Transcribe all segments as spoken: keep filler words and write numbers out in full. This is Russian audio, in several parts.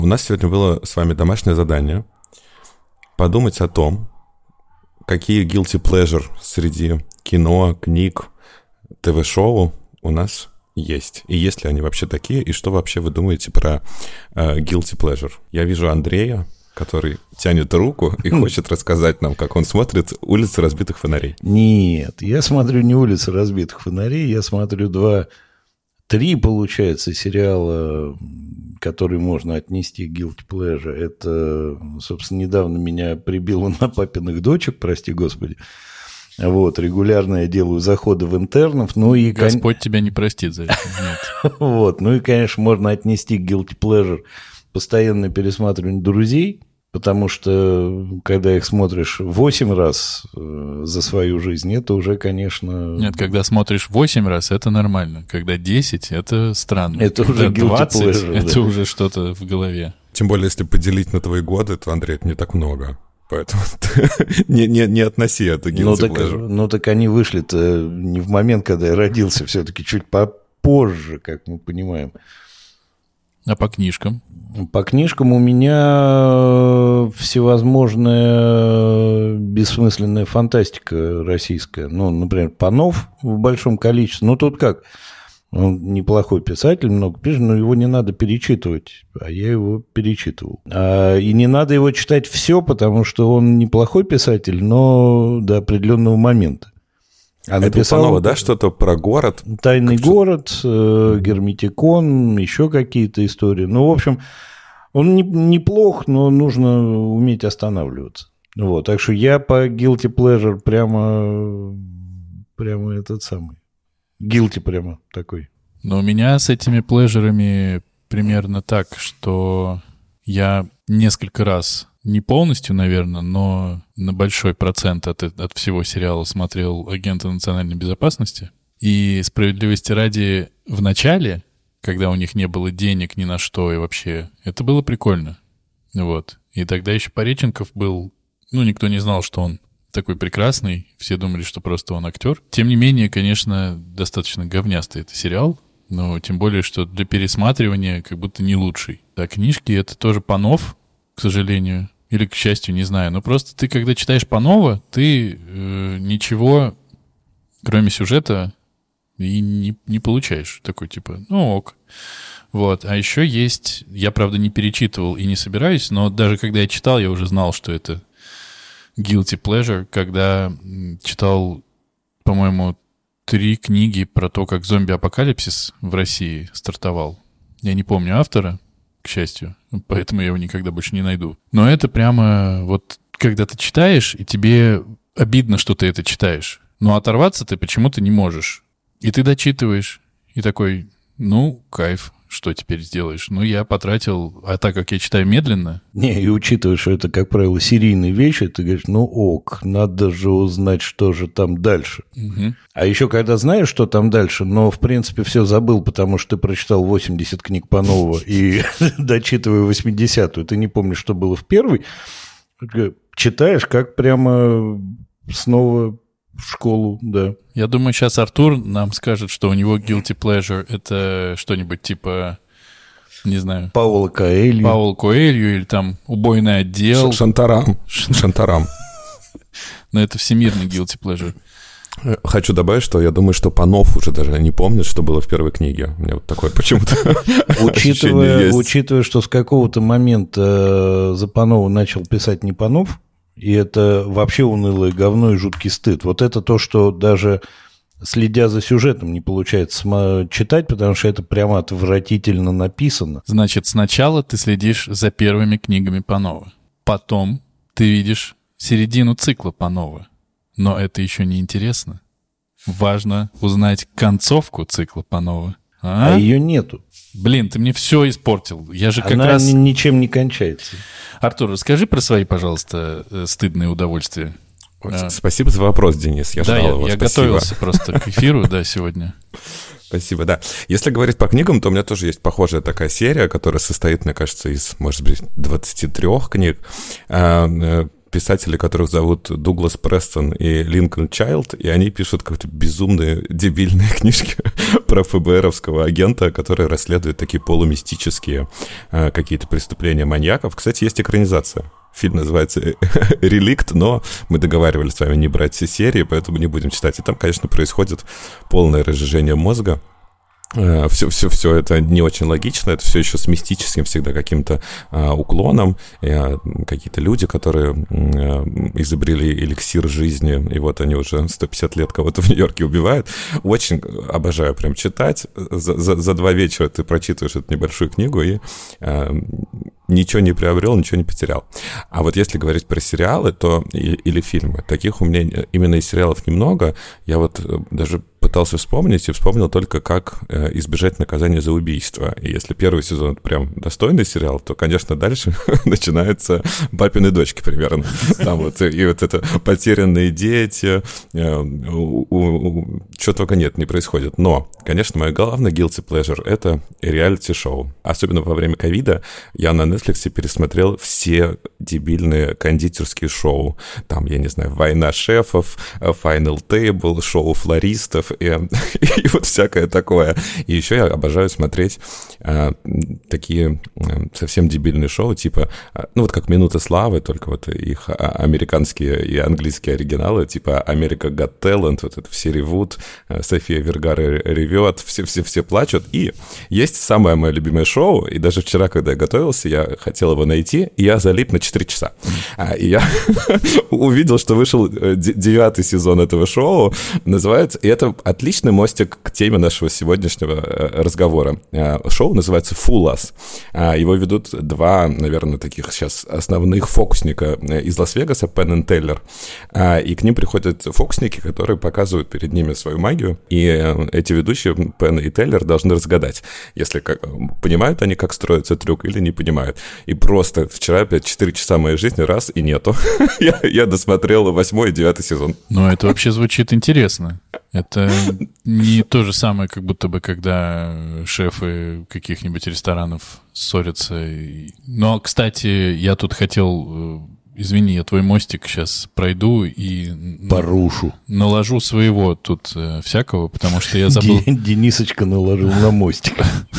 У нас сегодня было с вами домашнее задание подумать о том, какие guilty pleasure среди кино, книг, ТВ-шоу у нас есть. И есть ли они вообще такие, и что вообще вы думаете про э, guilty pleasure? Я вижу Андрея, который тянет руку и хочет рассказать нам, как он смотрит «Улицы разбитых фонарей». Нет, я смотрю не «Улицы разбитых фонарей», я смотрю два, три, получается, сериала, которые можно отнести к guilty pleasure. Это, собственно, недавно меня прибило на папиных дочек, прости господи. Вот, регулярно я делаю заходы в интернов. Ну и Господь кон... тебя не простит за это. Нет. Вот, ну и, конечно, можно отнести к guilty pleasure постоянное пересматривание «Друзей», потому что, когда их смотришь восемь раз за свою жизнь, это уже, конечно... Нет, когда смотришь восемь раз, это нормально. Когда десять, это странно. Это когда уже двадцать, pleasure, это да. уже что-то в голове. Тем более, если поделить на твои годы, то, Андрей, это не так много. Поэтому не, не, не относи это guilty ну, так, pleasure. Ну, так они вышли-то не в момент, когда я родился, все-таки чуть попозже, как мы понимаем. А по книжкам? По книжкам у меня всевозможная бессмысленная фантастика российская. Ну, например, Панов в большом количестве. Ну, тут как? Он неплохой писатель, много пишет, но его не надо перечитывать, а я его перечитывал. А, и не надо его читать все, потому что он неплохой писатель, но до определенного момента. А это написал, Панова, да, что-то про город? «Тайный как город», э, «Герметикон», еще какие-то истории. Ну, в общем, он не, неплох, но нужно уметь останавливаться. Вот, так что я по guilty pleasure прямо, прямо этот самый. Guilty прямо такой. Но у меня с этими плежерами примерно так, что я несколько раз, не полностью, наверное, но на большой процент от, от всего сериала смотрел «Агента национальной безопасности». И справедливости ради, в начале, когда у них не было денег ни на что и вообще, это было прикольно. Вот. И тогда еще Пореченков был, ну, никто не знал, что он такой прекрасный, все думали, что просто он актер. Тем не менее, конечно, достаточно говнястый это сериал, но тем более, что для пересматривания как будто не лучший. А книжки — это тоже Панов, к сожалению, или к счастью, не знаю. Но просто ты, когда читаешь Панова, ты э, ничего, кроме сюжета, и не, не получаешь. Такой типа, ну ок. Вот. А еще есть, я, правда, не перечитывал и не собираюсь, но даже когда я читал, я уже знал, что это guilty pleasure, когда читал, по-моему, три книги про то, как зомби-апокалипсис в России стартовал. Я не помню автора, к счастью, поэтому я его никогда больше не найду. Но это прямо вот, когда ты читаешь, и тебе обидно, что ты это читаешь, но оторваться ты почему-то не можешь. И ты дочитываешь, и такой, ну, кайф. Что теперь сделаешь? Ну, я потратил... А так как я читаю медленно... Не, и учитывая, что это, как правило, серийные вещи, ты говоришь, ну ок, надо же узнать, что же там дальше. Угу. А еще, когда знаешь, что там дальше, но, в принципе, все забыл, потому что ты прочитал восемьдесят книг Панова и дочитывая восьмидесятую, ты не помнишь, что было в первой, читаешь, как прямо снова... в школу, да. Я думаю, сейчас Артур нам скажет, что у него guilty pleasure — это что-нибудь типа, не знаю... Паула Коэлью. Паула Коэлью или там «Убойный отдел». Шантарам. Шантарам. Но это всемирный guilty pleasure. Хочу добавить, что я думаю, что Панов уже даже не помнит, что было в первой книге. У меня вот такое почему-то учитывая, учитывая, что с какого-то момента за Панова начал писать не Панов, и это вообще унылое говно и жуткий стыд. Вот это то, что даже следя за сюжетом не получается читать, потому что это прямо отвратительно написано. Значит, сначала ты следишь за первыми книгами Панова. Потом ты видишь середину цикла Панова. Но это еще не интересно. Важно узнать концовку цикла Панова. А, а ее нету. Блин, ты мне все испортил. Я же как Она раз... ничем не кончается. Артур, расскажи про свои, пожалуйста, стыдные удовольствия. Спасибо за вопрос, Денис. Я да, ждал я, его. я Спасибо. готовился просто к эфиру, да, сегодня. Спасибо, да. Если говорить по книгам, то у меня тоже есть похожая такая серия, которая состоит, мне кажется, из, может быть, двадцати трёх книг. писатели, которых зовут Дуглас Престон и Линкольн Чайлд, и они пишут какие-то безумные, дебильные книжки про ФБРовского агента, который расследует такие полумистические э, какие-то преступления маньяков. Кстати, есть экранизация. Фильм называется «Реликт», но мы договаривались с вами не брать все серии, поэтому не будем читать. И там, конечно, происходит полное разжижение мозга. Все, все, все это не очень логично, это все еще с мистическим всегда каким-то а, уклоном. И, а, какие-то люди, которые а, изобрели эликсир жизни, и вот они уже сто пятьдесят лет кого-то в Нью-Йорке убивают. Очень обожаю прям читать. За, за, за два вечера ты прочитываешь эту небольшую книгу и а, ничего не приобрел, ничего не потерял. А вот если говорить про сериалы, то и, или фильмы, таких у меня именно из сериалов немного. Я вот даже пытался вспомнить и вспомнил только, как э, избежать наказания за убийство. И если первый сезон это прям достойный сериал, то, конечно, дальше начинаются папины дочки примерно. Там вот и вот это потерянные дети, э, у, у, чего только нет, не происходит. Но, конечно, мое главное guilty pleasure — это реалити-шоу. Особенно во время ковида я на Netflix пересмотрел все дебильные кондитерские шоу. Там, я не знаю, «Война шефов», «Final Table», шоу флористов, И, и вот всякое такое. И еще я обожаю смотреть а, такие а, совсем дебильные шоу, типа, а, ну вот как «Минута славы», только вот их а, американские и английские оригиналы, типа «America Got Talent», вот это все ревут, а, София Вергара ревет, все-все-все плачут. И есть самое мое любимое шоу, и даже вчера, когда я готовился, я хотел его найти, и я залип на четыре часа. А, и я увидел, что вышел девятый сезон этого шоу, называется, и это отличный мостик к теме нашего сегодняшнего разговора. Шоу называется «Fool Us». Его ведут два, наверное, таких сейчас основных фокусника из Лас-Вегаса, Пенн и Теллер. И к ним приходят фокусники, которые показывают перед ними свою магию. И эти ведущие, Пенн и Теллер, должны разгадать, если как, понимают они, как строится трюк, или не понимают. И просто вчера опять четыре часа моей жизни раз и нету. я, я досмотрел восьмой и девятый сезон. Ну, это вообще звучит интересно. Это не то же самое, как будто бы, когда шефы каких-нибудь ресторанов ссорятся. Но, кстати, я тут хотел... Извини, я твой мостик сейчас пройду и... Порушу. Наложу своего тут э, всякого, потому что я забыл... Денисочка наложил на мостик.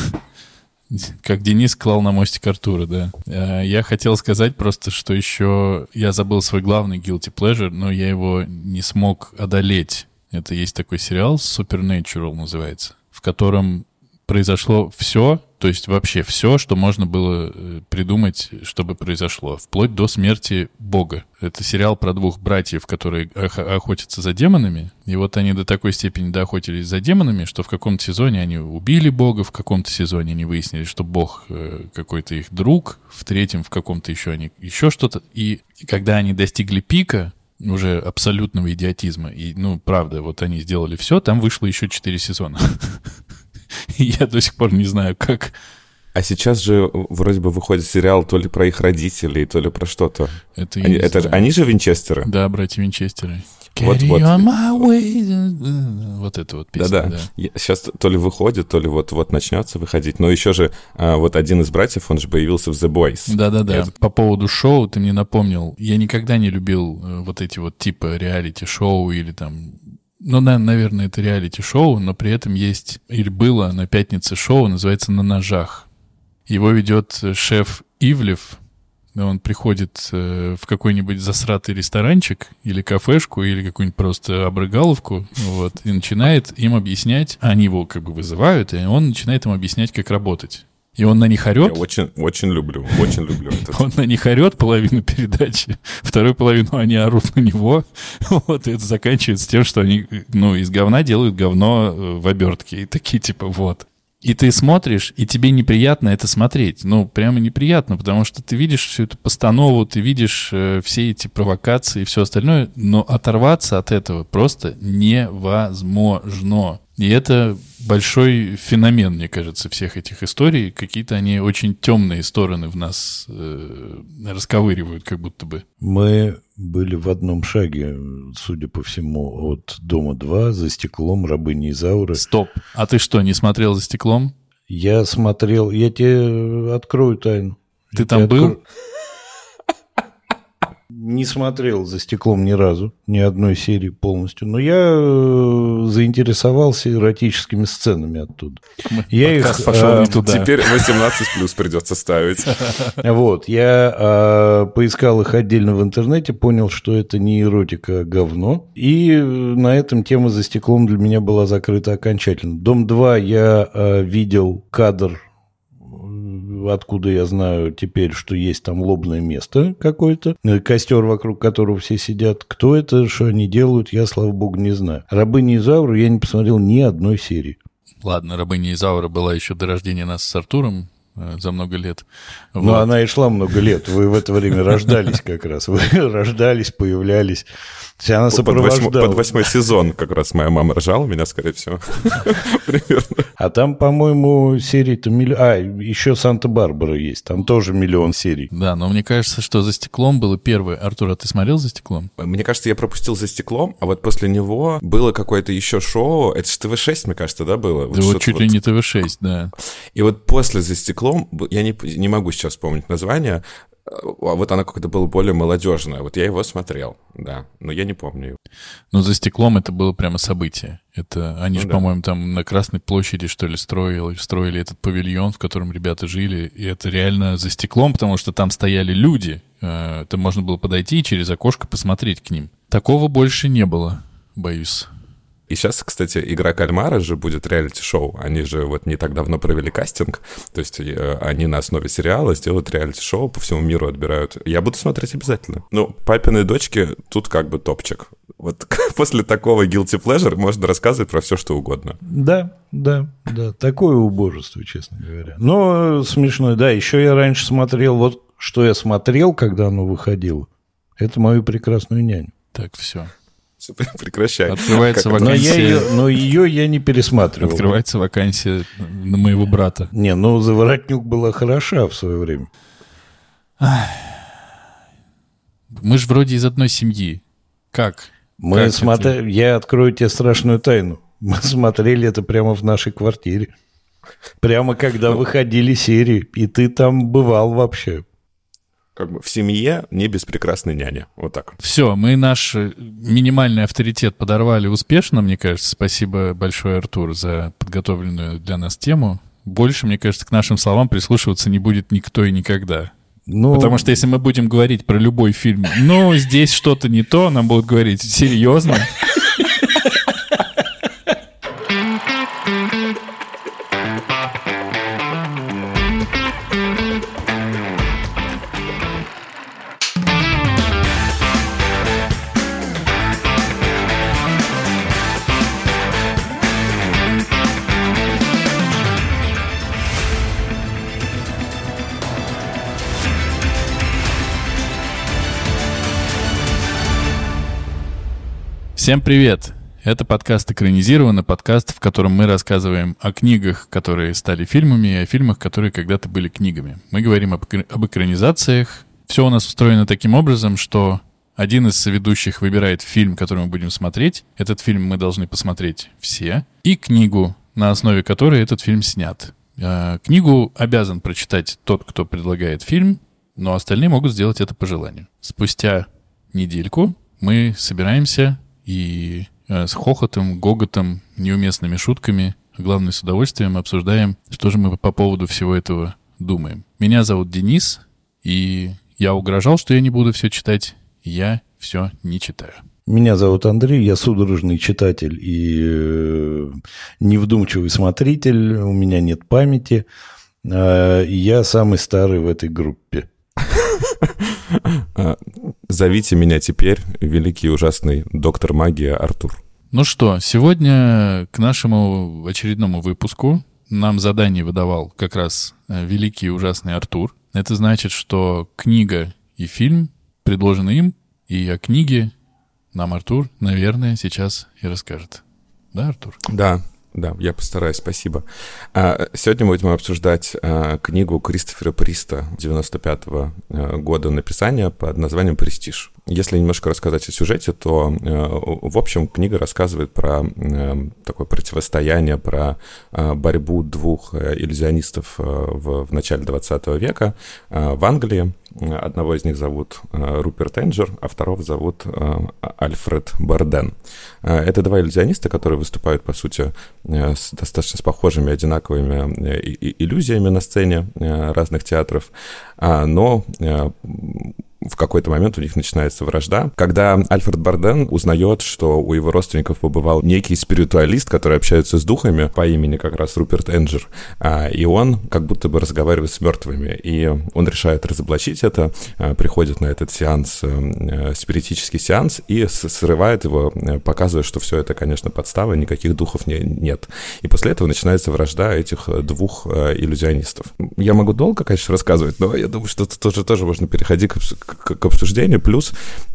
Как Денис клал на мостик Артура, да. Я хотел сказать просто, что еще я забыл свой главный guilty pleasure, но я его не смог одолеть. Это есть такой сериал, Supernatural называется, в котором произошло все, то есть вообще все, что можно было придумать, чтобы произошло, вплоть до смерти Бога. Это сериал про двух братьев, которые охотятся за демонами, и вот они до такой степени доохотились за демонами, что в каком-то сезоне они убили Бога, в каком-то сезоне они выяснили, что Бог какой-то их друг, в третьем в каком-то еще они еще что-то, и когда они достигли пика, уже абсолютного идиотизма. И, ну, правда, вот они сделали все, там вышло еще четыре сезона. И я до сих пор не знаю, как... А сейчас же вроде бы выходит сериал то ли про их родителей, то ли про что-то. Это, они, это же, они же Винчестеры? Да, братья Винчестеры. Вот, Carry вот. on my way. Вот это вот песня, Да-да. да. Сейчас то ли выходит, то ли вот-вот начнется выходить. Но еще же а, вот один из братьев, он же появился в The Boys. Да-да-да. Это... По поводу шоу ты мне напомнил. Я никогда не любил вот эти вот типа реалити-шоу или там... Ну, да, наверное, это реалити-шоу, но при этом есть... Или было на пятнице шоу, называется «На ножах». Его ведет шеф Ивлев. Он приходит э, в какой-нибудь засратый ресторанчик или кафешку, или какую-нибудь просто обрыгаловку, вот, и начинает им объяснять, они его как бы вызывают, и он начинает им объяснять, как работать. И он на них орет. Я очень, очень люблю, очень люблю это. Он на них орет половину передачи, вторую половину они орут на него. Вот, и это заканчивается тем, что они, ну, из говна делают говно в обертке. И такие типа вот. И ты смотришь, и тебе неприятно это смотреть. Ну, прямо неприятно, потому что ты видишь всю эту постанову, ты видишь э, все эти провокации и все остальное, но оторваться от этого просто невозможно. И это большой феномен, мне кажется, всех этих историй. Какие-то они очень темные стороны в нас э, расковыривают, как будто бы. Мы были в одном шаге, судя по всему, от «Дома-два», «За стеклом», «Рабыни Изауры». Стоп. А ты что, не смотрел «За стеклом»? Я смотрел... Я тебе открою тайну. Ты я там был? Открою... Не смотрел «За стеклом» ни разу, ни одной серии полностью, но я заинтересовался эротическими сценами оттуда. Я их, пошел а, не туда. Теперь восемнадцать плюс придется ставить. Вот, я а, поискал их отдельно в интернете, понял, что это не эротика, а говно, и на этом тема «За стеклом» для меня была закрыта окончательно. «Дом два» я а, видел кадр, откуда я знаю теперь, что есть там лобное место какое-то, костер, вокруг которого все сидят. Кто это, что они делают, я, слава богу, не знаю. «Рабыня Изаура» я не посмотрел ни одной серии. Ладно, «Рабыня Изаура» была еще до рождения нас с Артуром э, за много лет. Но Вот. она и шла много лет. Вы в это время рождались как раз. Вы рождались, появлялись. Она Под, сопровождала. восьмой, под восьмой сезон как раз моя мама рожала меня, скорее всего. Примерно. А там, по-моему, серий-то миллион... А, еще «Санта-Барбара» есть. Там тоже миллион серий. Да, но мне кажется, что «За стеклом» было первое. Артур, а ты смотрел «За стеклом»? Мне кажется, я пропустил «За стеклом», а вот после него было какое-то еще шоу. Это же тэ вэ шесть, мне кажется, да, было? Да вот чуть ли не тэ вэ шесть, да. И вот после «За стеклом», я не, не могу сейчас вспомнить название, а вот оно как-то было более молодежное. Вот я его смотрел, да, но я не помню его. Но «За стеклом» это было прямо событие. Это они Ну же, да. по-моему, там на Красной площади, что ли, строили, строили этот павильон, в котором ребята жили. И это реально «За стеклом», потому что там стояли люди. Это можно было подойти и через окошко посмотреть к ним. Такого больше не было, боюсь. И сейчас, кстати, «Игра кальмара» же будет реалити-шоу. Они же вот не так давно провели кастинг. То есть э, они на основе сериала сделают реалити-шоу, по всему миру отбирают. Я буду смотреть обязательно. Ну, «Папины дочки» тут как бы топчик. Вот после такого guilty pleasure можно рассказывать про все, что угодно. Да, да, да. Такое убожество, честно говоря. Но смешно. Да, еще я раньше смотрел... Вот что я смотрел, когда оно выходило, это «Мою прекрасную няню». Так, все. Прекращай. Открывается Как- Но, я вакансия. ее, но ее я не пересматривал. Открывается вакансия на моего брата. Не, ну «Заворотнюк» была хороша в свое время. Мы же вроде из одной семьи. Как? Мы Как смотрели... Я открою тебе страшную тайну. Мы смотрели это прямо в нашей квартире. Прямо когда выходили серии. И ты там бывал вообще. Как бы в семье не без прекрасной няни. Вот так. Все, мы наш э, минимальный авторитет подорвали успешно, мне кажется. Спасибо большое, Артур, за подготовленную для нас тему. Больше, мне кажется, к нашим словам прислушиваться не будет никто и никогда. Ну, Потому что если мы будем говорить про любой фильм, ну, здесь что-то не то, нам будут говорить, серьезно? Всем привет! Это подкаст «Экранизировано», подкаст, в котором мы рассказываем о книгах, которые стали фильмами, и о фильмах, которые когда-то были книгами. Мы говорим об, об экранизациях. Все у нас устроено таким образом, что один из соведущих выбирает фильм, который мы будем смотреть. Этот фильм мы должны посмотреть все. И книгу, на основе которой этот фильм снят. Книгу обязан прочитать тот, кто предлагает фильм, но остальные могут сделать это по желанию. Спустя недельку мы собираемся и э, с хохотом, гоготом, неуместными шутками, а главное, с удовольствием обсуждаем, что же мы по поводу всего этого думаем. Меня зовут Денис, и я угрожал, что я не буду все читать, и я все не читаю. Меня зовут Андрей, я судорожный читатель и э, невдумчивый смотритель, у меня нет памяти, э, и я самый старый в этой группе. Зовите меня теперь, великий и ужасный доктор магии Артур. Ну что, сегодня к нашему очередному выпуску нам задание выдавал как раз великий и ужасный Артур. Это значит, что книга и фильм предложены им, и о книге нам Артур, наверное, сейчас и расскажет. Да, Артур? Да, да, я постараюсь, спасибо. А, сегодня мы будем обсуждать а, книгу Кристофера Приста девяносто пятого а, года написания под названием «Престиж». Если немножко рассказать о сюжете, то, а, в общем, книга рассказывает про а, такое противостояние, про а, борьбу двух иллюзионистов а, в, в начале двадцатого века а, в Англии. Одного из них зовут Руперт Энджер, а второго зовут Альфред Барден. Это два иллюзиониста, которые выступают, по сути, с достаточно с похожими, одинаковыми иллюзиями на сцене разных театров, но в какой-то момент у них начинается вражда, когда Альфред Барден узнает, что у его родственников побывал некий спиритуалист, который общается с духами по имени как раз Руперт Энджер, и он как будто бы разговаривает с мертвыми, и он решает разоблачить это, приходит на этот сеанс, спиритический сеанс, и срывает его, показывая, что все это, конечно, подстава, никаких духов не, нет. И после этого начинается вражда этих двух иллюзионистов. Я могу долго, конечно, рассказывать, но я думаю, что тут тоже, тоже можно переходить к к обсуждению, плюс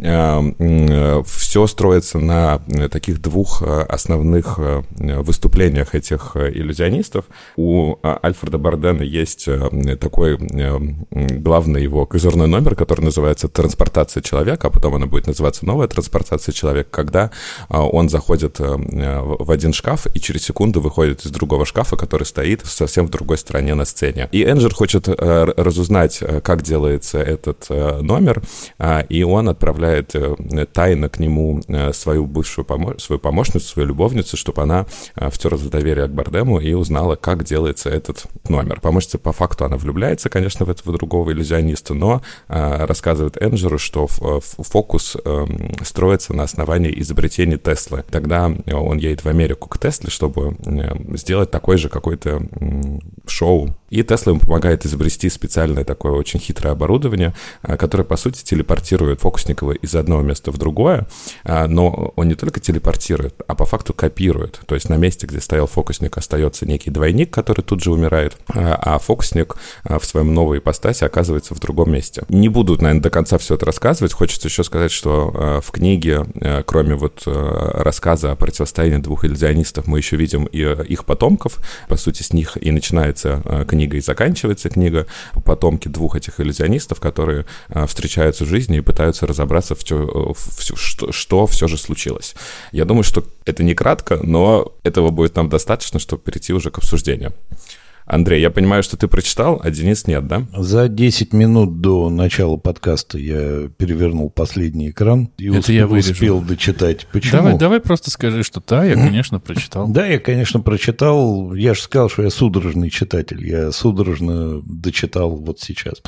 э, все строится на таких двух основных выступлениях этих иллюзионистов. У Альфреда Бардена есть такой э, главный его козырной номер, который называется «Транспортация человека», а потом она будет называться «Новая транспортация человека», когда он заходит в один шкаф и через секунду выходит из другого шкафа, который стоит совсем в другой стороне на сцене. И Энджер хочет разузнать, как делается этот номер, и он отправляет тайно к нему свою бывшую помо- свою помощницу, свою любовницу, чтобы она втерлась в доверие к Бардему и узнала, как делается этот номер. Помощница по факту, она влюбляется, конечно, в этого другого иллюзиониста, но рассказывает Энджеру, что фокус строится на основании изобретений Теслы. Тогда он едет в Америку к Тесле, чтобы сделать такое же какое-то шоу. И Тесла ему помогает изобрести специальное такое очень хитрое оборудование, которое, по сути, телепортирует фокусника из одного места в другое, но он не только телепортирует, а по факту копирует. То есть на месте, где стоял фокусник, остается некий двойник, который тут же умирает, а фокусник в своем новой ипостаси оказывается в другом месте. Не буду, наверное, до конца все это рассказывать. Хочется еще сказать, что в книге, кроме вот рассказа о противостоянии двух иллюзионистов, мы еще видим и их потомков. По сути, с них и начинается книга, и заканчивается книга. Потомки двух этих иллюзионистов, которые встречаются в жизни и пытаются разобраться, в тё, в, что, что все же случилось. Я думаю, что это не кратко, но этого будет нам достаточно, чтобы перейти уже к обсуждению. Андрей, я понимаю, что ты прочитал, а Денис нет, да? За десять минут до начала подкаста я перевернул последний экран и это успел, я успел дочитать. Почему? Давай, давай просто скажи, что да, я, конечно, прочитал. Да, я, конечно, прочитал. Я же сказал, что я судорожный читатель. Я судорожно дочитал вот сейчас.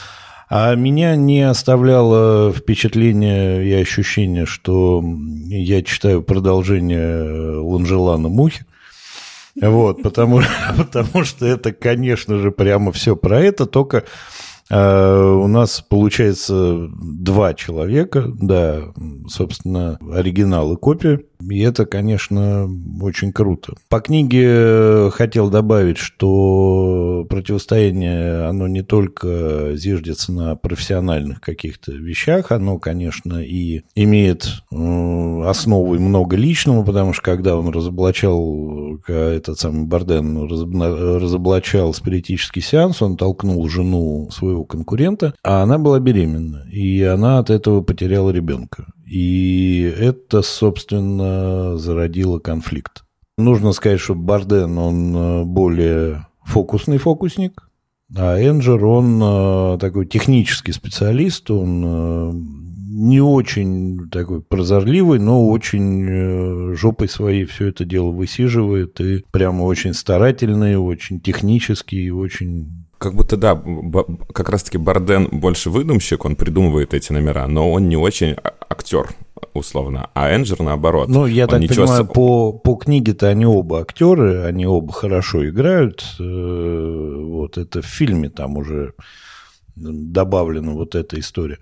А меня не оставляло впечатление и ощущение, что я читаю продолжение Ланжелана «Мухи». Вот, потому, потому что это, конечно же, прямо все про это, только э, у нас получается два человека, да, собственно, оригинал и копия, и это, конечно, очень круто. По книге хотел добавить, что противостояние, оно не только зиждется на профессиональных каких-то вещах, оно, конечно, и имеет основу и много личного, потому что когда он разоблачал, этот самый Барден разоблачал спиритический сеанс, он толкнул жену своего конкурента, а она была беременна, и она от этого потеряла ребенка. И это, собственно, зародило конфликт. Нужно сказать, что Барден, он более фокусный фокусник, а Энджер, он такой технический специалист, он не очень такой прозорливый, но очень жопой своей все это дело высиживает, и прямо очень старательный, очень технический, очень... Как будто, да, как раз-таки Барден больше выдумщик, он придумывает эти номера, но он не очень актер, условно, а Энджер наоборот. Ну, я он так ничего... понимаю, по, по книге-то они оба актеры, они оба хорошо играют. Вот это в фильме там уже добавлена вот эта история.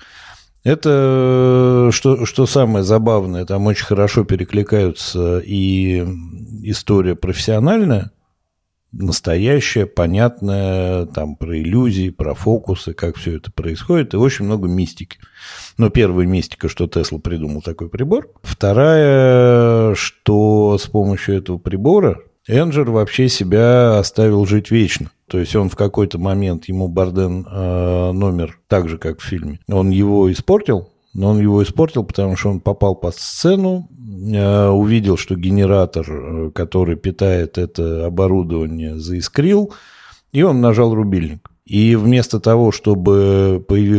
Это, что, что самое забавное, там очень хорошо перекликаются и история профессиональная, настоящая, понятная, там про иллюзии, про фокусы, как все это происходит, и очень много мистики. Но первая мистика, что Тесла придумал такой прибор. Вторая, что с помощью этого прибора Энджер вообще себя оставил жить вечно. То есть он в какой-то момент, ему Барден э, номер, так же, как в фильме, он его испортил, но он его испортил, потому что он попал под сцену, э, увидел, что генератор, который питает это оборудование, заискрил, и он нажал рубильник. И вместо того, чтобы появилась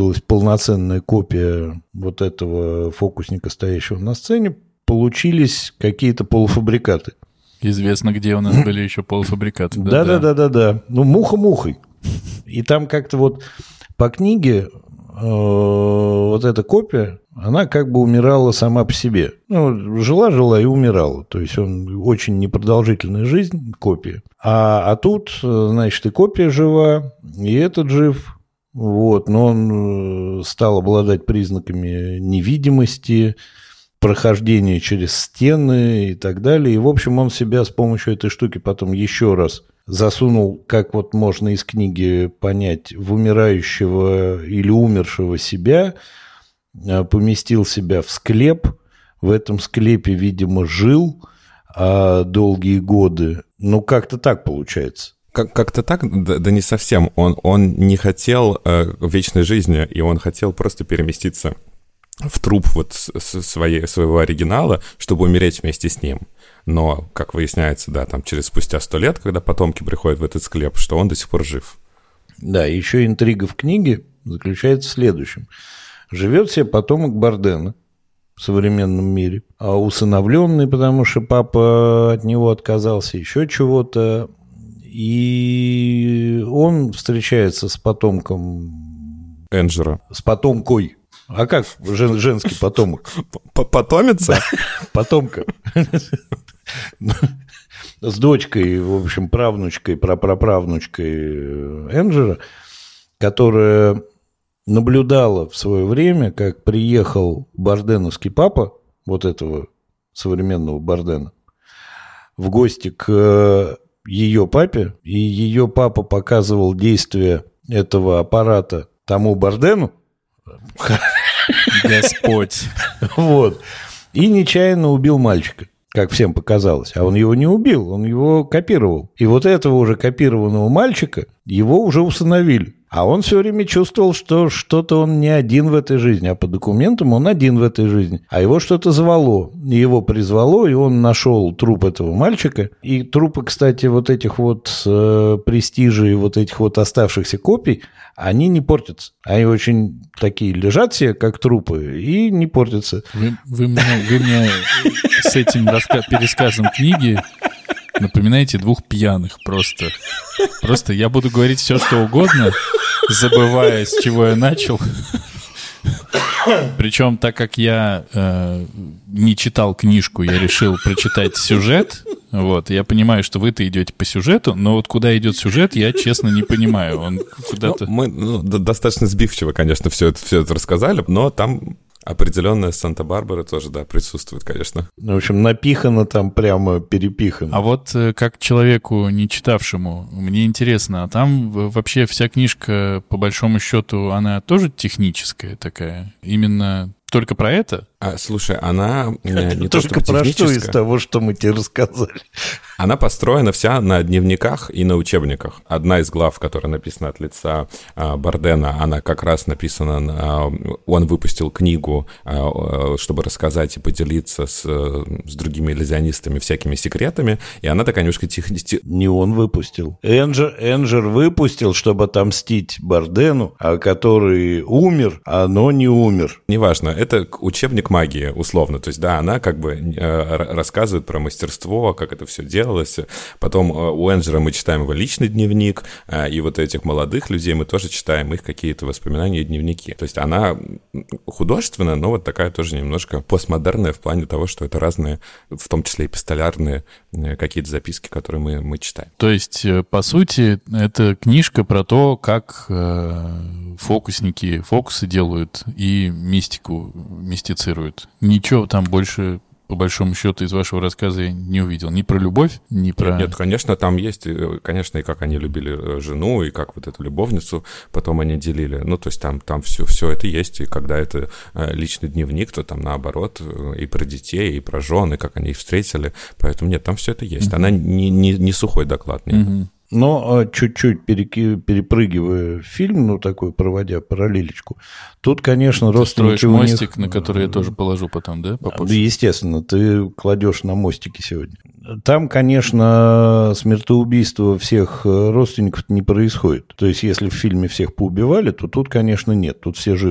полноценная копия вот этого фокусника, стоящего на сцене, получились какие-то полуфабрикаты. Известно, где у нас были еще полуфабрикаты. Да-да-да-да-да. Ну, муха мухой. И там как-то вот по книге э, вот эта копия, она как бы умирала сама по себе. Ну, жила-жила и умирала. То есть он очень непродолжительная жизнь, копия. А, а тут, значит, и копия жива, и этот жив. Вот. Но он стал обладать признаками невидимости, прохождение через стены и так далее. И, в общем, он себя с помощью этой штуки потом еще раз засунул, как вот можно из книги понять, в умирающего или умершего себя, поместил себя в склеп. В этом склепе, видимо, жил а, долгие годы. Ну, как-то так получается. Как- как-то так, да, да не совсем. Он, он не хотел э, вечной жизни, и он хотел просто переместиться в труп вот своей, своего оригинала, чтобы умереть вместе с ним. Но, как выясняется, да, там через спустя сто лет, когда потомки приходят в этот склеп, что он до сих пор жив. Да, еще интрига в книге заключается в следующем. Живет себе потомок Бардена в современном мире, а усыновленный, потому что папа от него отказался, еще чего-то. И он встречается с потомком... Энджера. С потомкой. А как жен, женский потомок? Потомица? Потомка. С дочкой, в общем, правнучкой, прапраправнучкой Энджера, которая наблюдала в свое время, как приехал барденовский папа, вот этого современного Бардена, в гости к ее папе, и ее папа показывал действие этого аппарата тому Бардену. Господь. Вот. И нечаянно убил мальчика, как всем показалось. А он его не убил, он его копировал. И вот этого уже копированного мальчика, его уже усыновили. А он все время чувствовал, что что-то он не один в этой жизни, а по документам он один в этой жизни. А его что-то звало, и его призвало, и он нашел труп этого мальчика. И трупы, кстати, вот этих вот э, престижей, вот этих вот оставшихся копий, они не портятся. Они очень такие лежат себе, как трупы, и не портятся. Вы, вы, мне, вы мне с этим раска- пересказом книги напоминаете двух пьяных просто. Просто я буду говорить все, что угодно, забывая, с чего я начал. Причем, так как я э, не читал книжку, я решил прочитать сюжет. Вот, я понимаю, что вы-то идете по сюжету, но вот куда идет сюжет, я, честно, не понимаю. Он куда-то... Ну, мы ну, достаточно сбивчиво, конечно, все это, все это рассказали, но там определенная Санта-Барбара тоже, да, присутствует, конечно. В общем, напихано там прямо перепихано. А вот как человеку, не читавшему, мне интересно, а там вообще вся книжка, по большому счету, она тоже техническая такая? Именно только про это? А, слушай, она не, не то, только чтобы про что из техническая. того, что мы тебе рассказали? Она построена вся на дневниках и на учебниках. Одна из глав, которая написана от лица а, Бардена, она как раз написана, на, он выпустил книгу, а, чтобы рассказать и поделиться с, с другими иллюзионистами всякими секретами, и она такая немножко техническая. Не он выпустил. Энджер, Энджер выпустил, чтобы отомстить Бардену, а который умер, но не умер. Неважно, это учебник магии, условно. То есть, да, она как бы э, рассказывает про мастерство, как это все делалось. Потом э, у Энджера мы читаем его личный дневник, э, и вот этих молодых людей мы тоже читаем их какие-то воспоминания и дневники. То есть она художественная, но вот такая тоже немножко постмодерная в плане того, что это разные, в том числе эпистолярные э, какие-то записки, которые мы, мы читаем. То есть, э, по сути, это книжка про то, как э, фокусники фокусы делают и мистику мистицируют. Ничего там больше, по большому счету, из вашего рассказа я не увидел. Ни про любовь, ни про... Нет, нет, конечно, там есть, конечно, и как они любили жену, и как вот эту любовницу потом они делили. Ну, то есть там, там все, все это есть, и когда это личный дневник, то там наоборот и про детей, и про жен, и как они их встретили. Поэтому нет, там все это есть. Mm-hmm. Она не, не, не сухой доклад. Нет. Mm-hmm. Но чуть-чуть перепрыгивая фильм, ну, такой, проводя параллелечку, тут, конечно, ты родственники строишь у мостик, них... на который я тоже положу потом, да, попозже? Да, естественно, ты кладешь на мостики сегодня. Там, конечно, смертоубийство всех родственников не происходит. То есть, если в фильме всех поубивали, то тут, конечно, нет, тут все живы.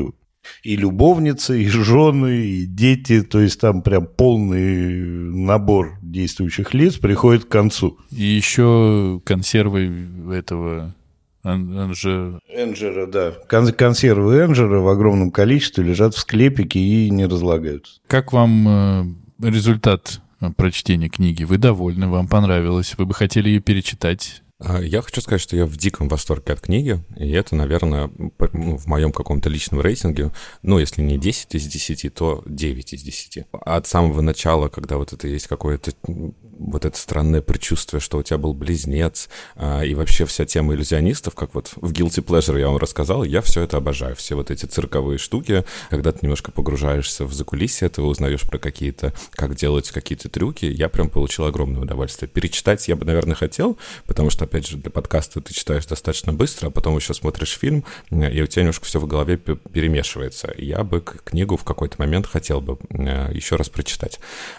И любовницы, и жены, и дети, то есть там прям полный набор действующих лиц приходит к концу. И еще консервы этого Энджера. Энджера, да. Кон- консервы Энджера в огромном количестве лежат в склепике и не разлагаются. Как вам э, результат прочтения книги? Вы довольны, вам понравилось? Вы бы хотели ее перечитать? Я хочу сказать, что я в диком восторге от книги, и это, наверное, ну, в моем каком-то личном рейтинге, ну, если не десять из десяти, то девять из десяти. От самого начала, когда вот это есть какое-то вот это странное предчувствие, что у тебя был близнец, и вообще вся тема иллюзионистов, как вот в Guilty Pleasure я вам рассказал, я все это обожаю, все вот эти цирковые штуки, когда ты немножко погружаешься в закулисье этого, узнаешь про какие-то, как делать какие-то трюки, я прям получил огромное удовольствие. Перечитать я бы, наверное, хотел, потому что, опять же, для подкаста ты читаешь достаточно быстро, а потом еще смотришь фильм, и у тебя немножко все в голове перемешивается. Я бы книгу в какой-то момент хотел бы еще раз прочитать.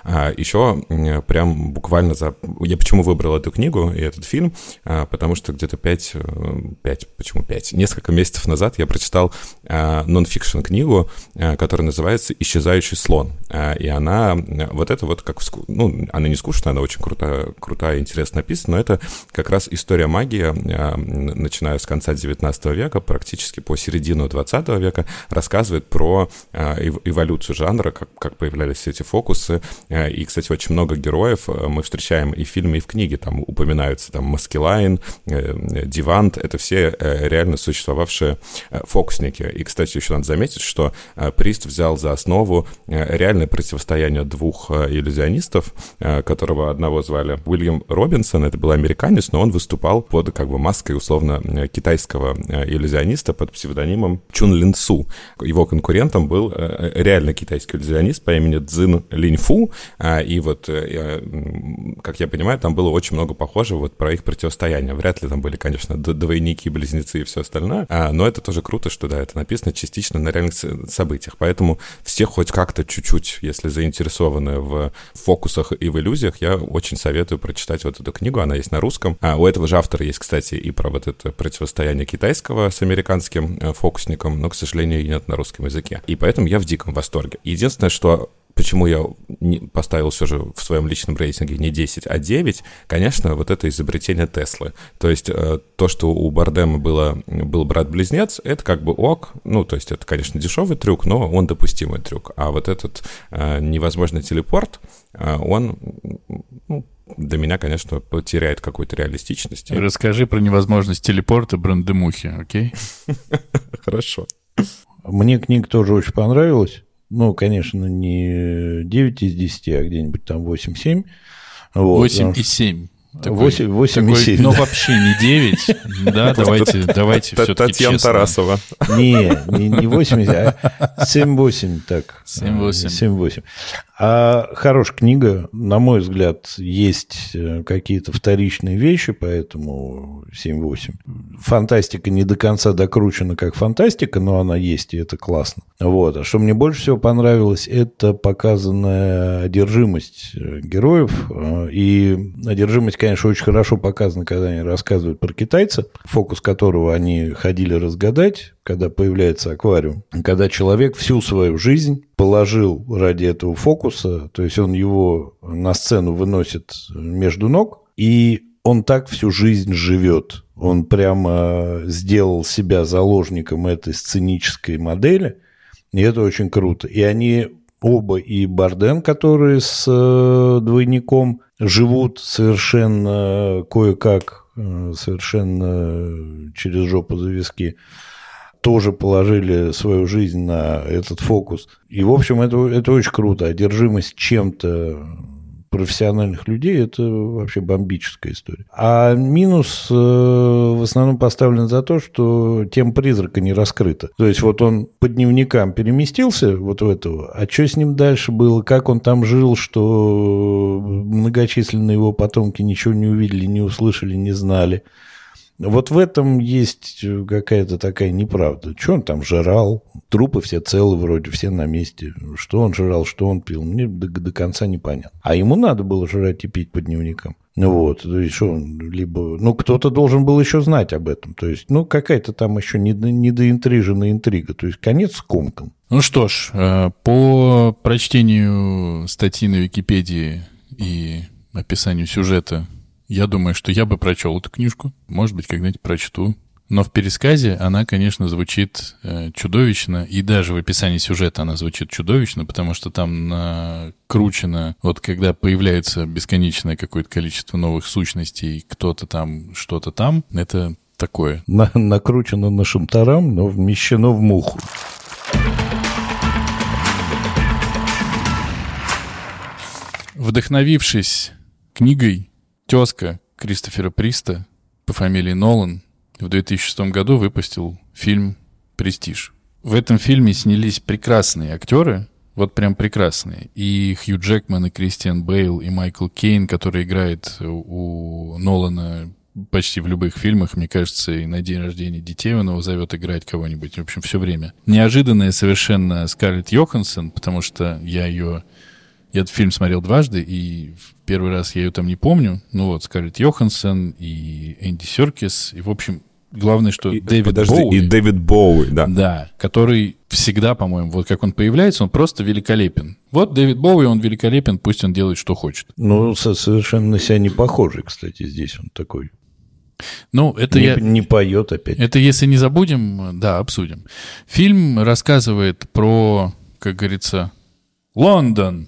Еще прям буквально за... Я почему выбрал эту книгу и этот фильм? Потому что где-то пять... пять... Почему пять? Несколько месяцев назад я прочитал нон-фикшн книгу, которая называется «Исчезающий слон». И она... Вот это вот как... Ну, она не скучная, она очень крутая, крутая и интересно написана, но это как раз история магии, начиная с конца девятнадцатого века, практически по середину двадцатого века, рассказывает про эволюцию жанра, как, как появлялись все эти фокусы. И, кстати, очень много героев мы встречаем и в фильме, и в книге. Там упоминаются там Маскелайн, Дивант. Это все реально существовавшие фокусники. И, кстати, еще надо заметить, что Прист взял за основу реальное противостояние двух иллюзионистов, которого одного звали Уильям Робинсон, это был американец, но он выступал под как бы маской условно китайского иллюзиониста под псевдонимом Чун Лин Су. Его конкурентом был реально китайский иллюзионист по имени Цзин Линьфу, и вот, как я понимаю, там было очень много похожего вот про их противостояние. Вряд ли там были, конечно, двойники, близнецы и все остальное, но это тоже круто, что, да, это написано частично на реальных событиях, поэтому все хоть как-то чуть-чуть, если заинтересованы в фокусах и в иллюзиях, я очень советую прочитать вот эту книгу, она есть на русском. А у этого же автора есть, кстати, и про вот это противостояние китайского с американским фокусником, но, к сожалению, и нет на русском языке. И поэтому я в диком восторге. Единственное, что почему я не поставил все же в своем личном рейтинге не десять, а девять, конечно, вот это изобретение Теслы. То есть то, что у Бардема было, был брат-близнец, это как бы ок, ну, то есть это, конечно, дешевый трюк, но он допустимый трюк. А вот этот э, невозможный телепорт, э, он, ну, для меня, конечно, потеряет какую-то реалистичность. Расскажи про невозможность телепорта Брандемухи, окей? Хорошо. Мне книга тоже очень понравилась. Ну, конечно, не девять из десяти, а где-нибудь там восемь-семь. Вот, восемь и семь. восемь, восемь и семь. Но да. Вообще не девять. Да, давайте, давайте все-таки Татьяна Тарасова. Не, не, не восемь, а семь-восемь так. семь-восемь. семь-восемь. А хорошая книга, на мой взгляд, есть какие-то вторичные вещи, поэтому семь-восемь. Фантастика не до конца докручена как фантастика, но она есть, и это классно. Вот. А что мне больше всего понравилось, это показанная одержимость героев. И одержимость, конечно, очень хорошо показана, когда они рассказывают про китайца, фокус которого они ходили разгадать, когда появляется аквариум. Когда человек всю свою жизнь положил ради этого фокуса, то есть он его на сцену выносит между ног, и он так всю жизнь живет. Он прямо сделал себя заложником этой сценической модели, и это очень круто. И они оба, и Бардем, который с двойником, живут совершенно кое-как, совершенно через жопу за виски, тоже положили свою жизнь на этот фокус. И, в общем, это, это очень круто. Одержимость чем-то профессиональных людей – это вообще бомбическая история. А минус э, в основном поставлен за то, что тема призрака не раскрыта. То есть вот он по дневникам переместился вот в этого, а что с ним дальше было, как он там жил, что многочисленные его потомки ничего не увидели, не услышали, не знали. Вот в этом есть какая-то такая неправда. Что он там жрал? Трупы все целы вроде, все на месте. Что он жрал, что он пил, мне до, до конца непонятно. А ему надо было жрать и пить по дневникам. Ну вот, то есть что он либо... Ну, кто-то должен был еще знать об этом. То есть, ну, какая-то там еще недоинтриженная интрига. То есть, конец скомкан. Ну что ж, по прочтению статьи на Википедии и описанию сюжета, я думаю, что я бы прочел эту книжку. Может быть, когда-нибудь прочту. Но в пересказе она, конечно, звучит э, чудовищно, и даже в описании сюжета она звучит чудовищно, потому что там накручено, вот когда появляется бесконечное какое-то количество новых сущностей, кто-то там, что-то там, это такое. На, накручено на шамтарам, но вмещено в муху. Вдохновившись книгой, тезка Кристофера Приста по фамилии Нолан в две тысячи шестом году выпустил фильм «Престиж». В этом фильме снялись прекрасные актеры, вот прям прекрасные. И Хью Джекман, и Кристиан Бейл, и Майкл Кейн, который играет у Нолана почти в любых фильмах, мне кажется, и на день рождения детей он его зовет играть кого-нибудь, в общем, все время. Неожиданная совершенно Скарлетт Йоханссон, потому что я ее... Я этот фильм смотрел дважды, и в первый раз я ее там не помню. Ну вот, Скарлетт Йоханссон и Энди Серкис. И, в общем, главное, что и, Дэвид подожди, Боуи... И Дэвид Боуи, да. Да, который всегда, по-моему, вот как он появляется, он просто великолепен. Вот Дэвид Боуи, он великолепен, пусть он делает, что хочет. Ну, совершенно на себя не похожий, кстати, здесь он такой. Ну, это не, я... не поет опять. Это если не забудем, да, обсудим. Фильм рассказывает про, как говорится, Лондон.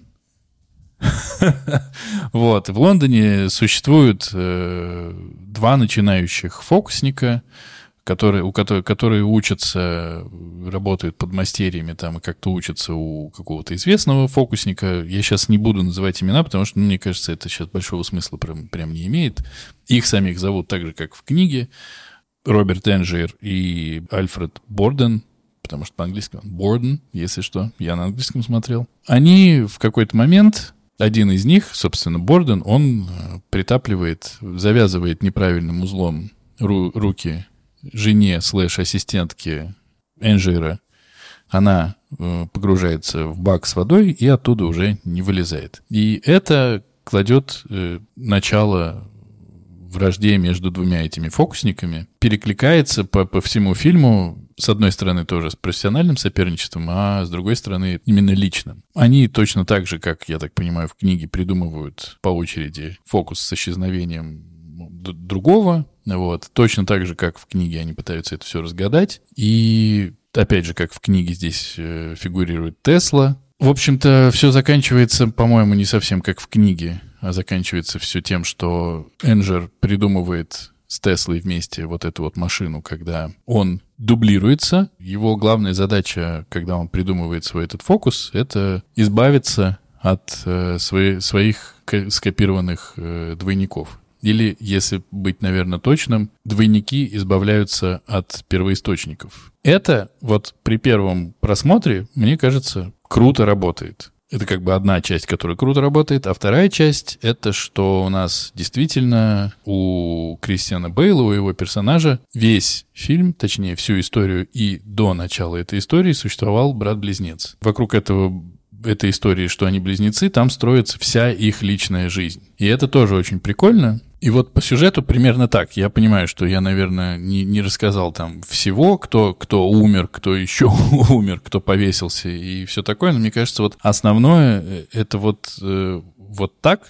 Вот. В Лондоне существуют э, два начинающих фокусника, которые, у которых, которые учатся, работают подмастерьями там и как-то учатся у какого-то известного фокусника. Я сейчас не буду называть имена, потому что, ну, мне кажется, это сейчас большого смысла прям, прям не имеет. Их самих зовут так же, как в книге. Роберт Энджер и Альфред Борден, потому что по-английски он Борден, если что. Я на английском смотрел. Они в какой-то момент... Один из них, собственно, Борден, он притапливает, завязывает неправильным узлом ру- руки жене слэш-ассистентке Энджера. Она э, погружается в бак с водой и оттуда уже не вылезает. И это кладет э, начало вражде между двумя этими фокусниками. Перекликается по, по всему фильму, с одной стороны, тоже с профессиональным соперничеством, а с другой стороны, именно личным. Они точно так же, как, я так понимаю, в книге придумывают по очереди фокус с исчезновением другого. Вот. Точно так же, как в книге, они пытаются это все разгадать. И, опять же, как в книге здесь э, фигурирует Тесла. В общем-то, все заканчивается, по-моему, не совсем как в книге, а заканчивается все тем, что Энджер придумывает с Теслой вместе вот эту вот машину, когда он дублируется. Его главная задача, когда он придумывает свой этот фокус, это избавиться от э, свои, своих скопированных э, двойников. Или, если быть, наверное, точным, двойники избавляются от первоисточников. Это вот при первом просмотре, мне кажется, круто работает. Это как бы одна часть, которая круто работает, а вторая часть — это что у нас действительно у Кристиана Бейла, у его персонажа, весь фильм, точнее, всю историю и до начала этой истории существовал брат-близнец. Вокруг этого этой истории, что они близнецы, там строится вся их личная жизнь. И это тоже очень прикольно. И вот по сюжету примерно так. Я понимаю, что я, наверное, не, не рассказал там всего, кто, кто умер, кто еще умер, кто повесился и все такое. Но мне кажется, вот основное это вот, э, вот так,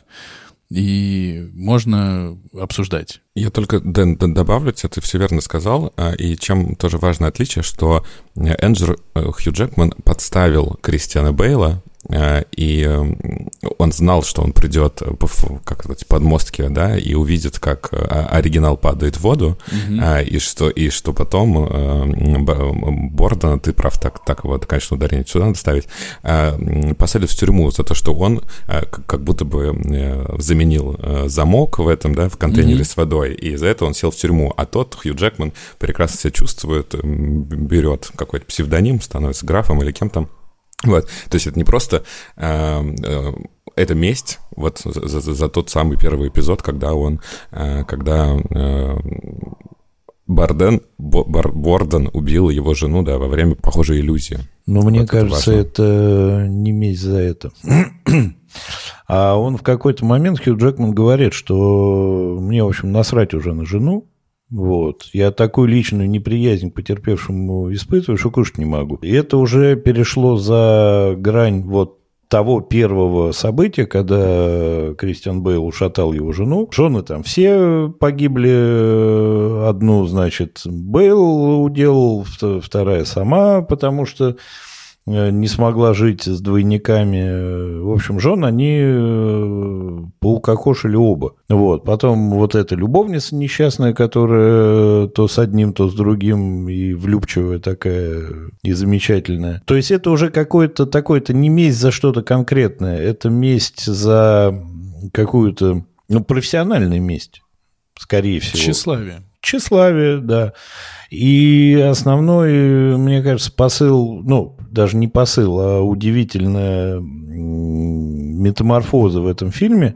и можно обсуждать. Я только, Дэн, добавлю, ты все верно сказал, и чем тоже важное отличие, что Энджер, Хью Джекман, подставил Кристиана Бейла, и он знал, что он придет как сказать, под мостки, да, и увидит, как оригинал падает в воду, mm-hmm. и, что, и что потом Бордена, ты прав, так, так вот, конечно, ударение сюда надо ставить, посадят в тюрьму за то, что он как будто бы заменил замок в этом, да, в контейнере mm-hmm. с водой, и за это он сел в тюрьму. А тот, Хью Джекман, прекрасно себя чувствует, берет какой-то псевдоним, становится графом или кем там. Вот. То есть это не просто... Э, э, это месть вот за, за, за тот самый первый эпизод, когда он... Э, когда... Э, Барден, Бар, Борден убил его жену, да, во время похожей иллюзии. Но мне вот кажется, это, это не месть за это. А он в какой-то момент, Хью Джекман, говорит, что мне, в общем, насрать уже на жену. Вот. Я такую личную неприязнь к потерпевшему испытываю, что кушать не могу. И это уже перешло за грань вот того первого события, когда Кристиан Бейл ушатал его жену. Жены там все погибли. Одну, значит, Бейл уделал, вторая сама, потому что не смогла жить с двойниками. В общем, жен они поукокошили оба. Вот. Потом вот эта любовница несчастная, которая то с одним, то с другим, и влюбчивая такая, и замечательная. То есть это уже какой-то такой-то не месть за что-то конкретное, это месть за какую-то, ну, профессиональную месть, скорее всего. Тщеславие. Тщеславие, да. И основной, мне кажется, посыл, ну, даже не посыл, а удивительная метаморфоза в этом фильме,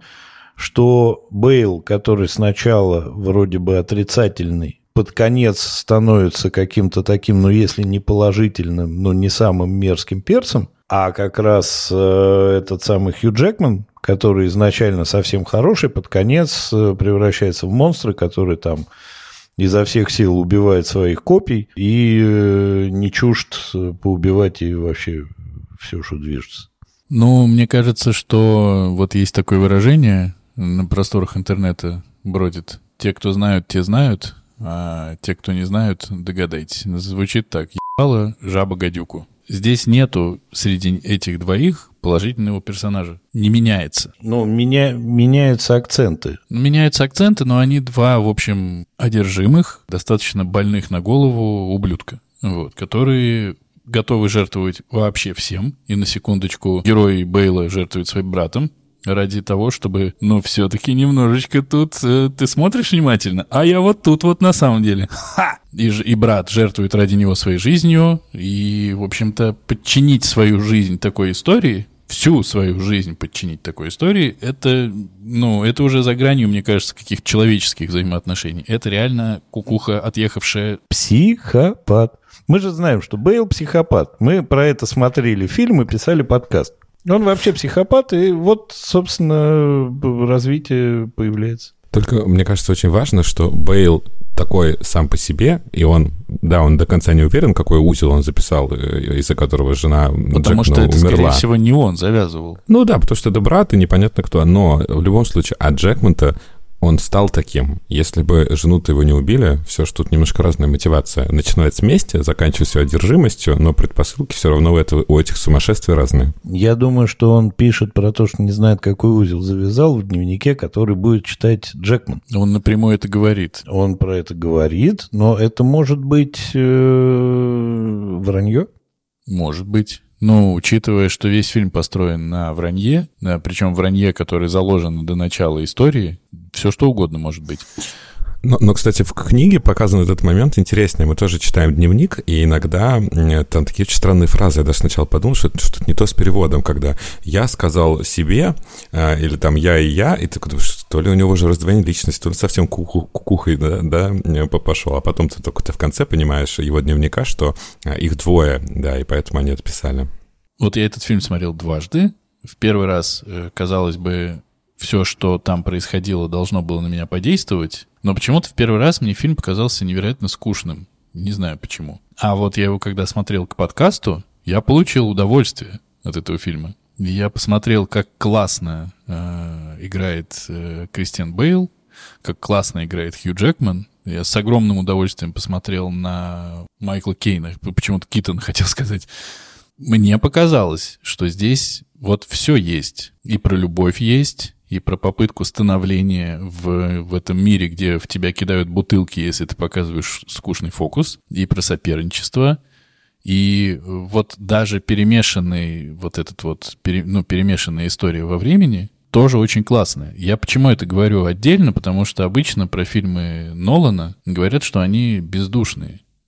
что Бейл, который сначала вроде бы отрицательный, под конец становится каким-то таким, ну, если не положительным, но не самым мерзким перцем, а как раз э, этот самый Хью Джекман, который изначально совсем хороший, под конец превращается в монстра, который там изо всех сил убивает своих копий и э, не чужд поубивать и вообще все, что движется. Ну, мне кажется, что вот есть такое выражение на просторах интернета бродит. Те, кто знают, те знают, а те, кто не знают, догадайтесь. Звучит так: ебало жаба гадюку. Здесь нету среди этих двоих положительного персонажа. Не меняется. Ну, меня, меняются акценты. Меняются акценты, но они два, в общем, одержимых, достаточно больных на голову ублюдка, вот, которые готовы жертвовать вообще всем. И на секундочку, герой Бейла жертвует своим братом ради того, чтобы, ну, все-таки немножечко тут э, ты смотришь внимательно, а я вот тут вот на самом деле. Ха! И, и брат жертвует ради него своей жизнью, и, в общем-то, подчинить свою жизнь такой истории, всю свою жизнь подчинить такой истории, это, ну, это уже за гранью, мне кажется, каких-то человеческих взаимоотношений. Это реально кукуха, отъехавшая... Психопат. Мы же знаем, что Бейл психопат. Мы про это смотрели фильм и писали подкаст. Он вообще психопат, и вот, собственно, развитие появляется. Только мне кажется очень важно, что Бейл такой сам по себе, и он, да, он до конца не уверен, какой узел он записал, из-за которого жена Джекмана Потому что это, умерла. скорее всего, не он завязывал. Ну да, потому что это брат, и непонятно кто. Но в любом случае, а Джекман-то, он стал таким. Если бы жену-то его не убили, все же тут немножко разная мотивация. Начинается с мести, заканчивается одержимостью, но предпосылки все равно у, этого, у этих сумасшествий разные. Я думаю, что он пишет про то, что не знает, какой узел завязал в дневнике, который будет читать Джекман. Он напрямую это говорит. Он про это говорит, но это может быть э, вранье? Может быть. Ну, учитывая, что весь фильм построен на вранье, да, причем вранье, которое заложено до начала истории, все что угодно может быть. Но, но, кстати, в книге показан этот момент интереснее. Мы тоже читаем дневник, и иногда там такие очень странные фразы. Я даже сначала подумал, что это что-то не то с переводом, когда я сказал себе, или там я и я, и ты думаешь, то ли у него уже раздвоение личности, то ли совсем кукухой, да, да, пошел. А потом ты только ты в конце понимаешь его дневника, что их двое, да, и поэтому они это писали. Вот я этот фильм смотрел дважды. В первый раз, казалось бы, все, что там происходило, должно было на меня подействовать. Но почему-то в первый раз мне фильм показался невероятно скучным. Не знаю почему. А вот я его, когда смотрел к подкасту, я получил удовольствие от этого фильма. И я посмотрел, как классно э, играет э, Кристиан Бейл, как классно играет Хью Джекман. Я с огромным удовольствием посмотрел на Майкла Кейна. Почему-то Китон хотел сказать. Мне показалось, что здесь вот все есть. И про любовь есть, и про попытку становления в, в этом мире, где в тебя кидают бутылки, если ты показываешь скучный фокус, и про соперничество, и вот даже перемешанный вот этот вот, пере, ну, перемешанная история во времени тоже очень классная. Я почему это говорю отдельно, потому что обычно про фильмы Нолана говорят, что они бездушные.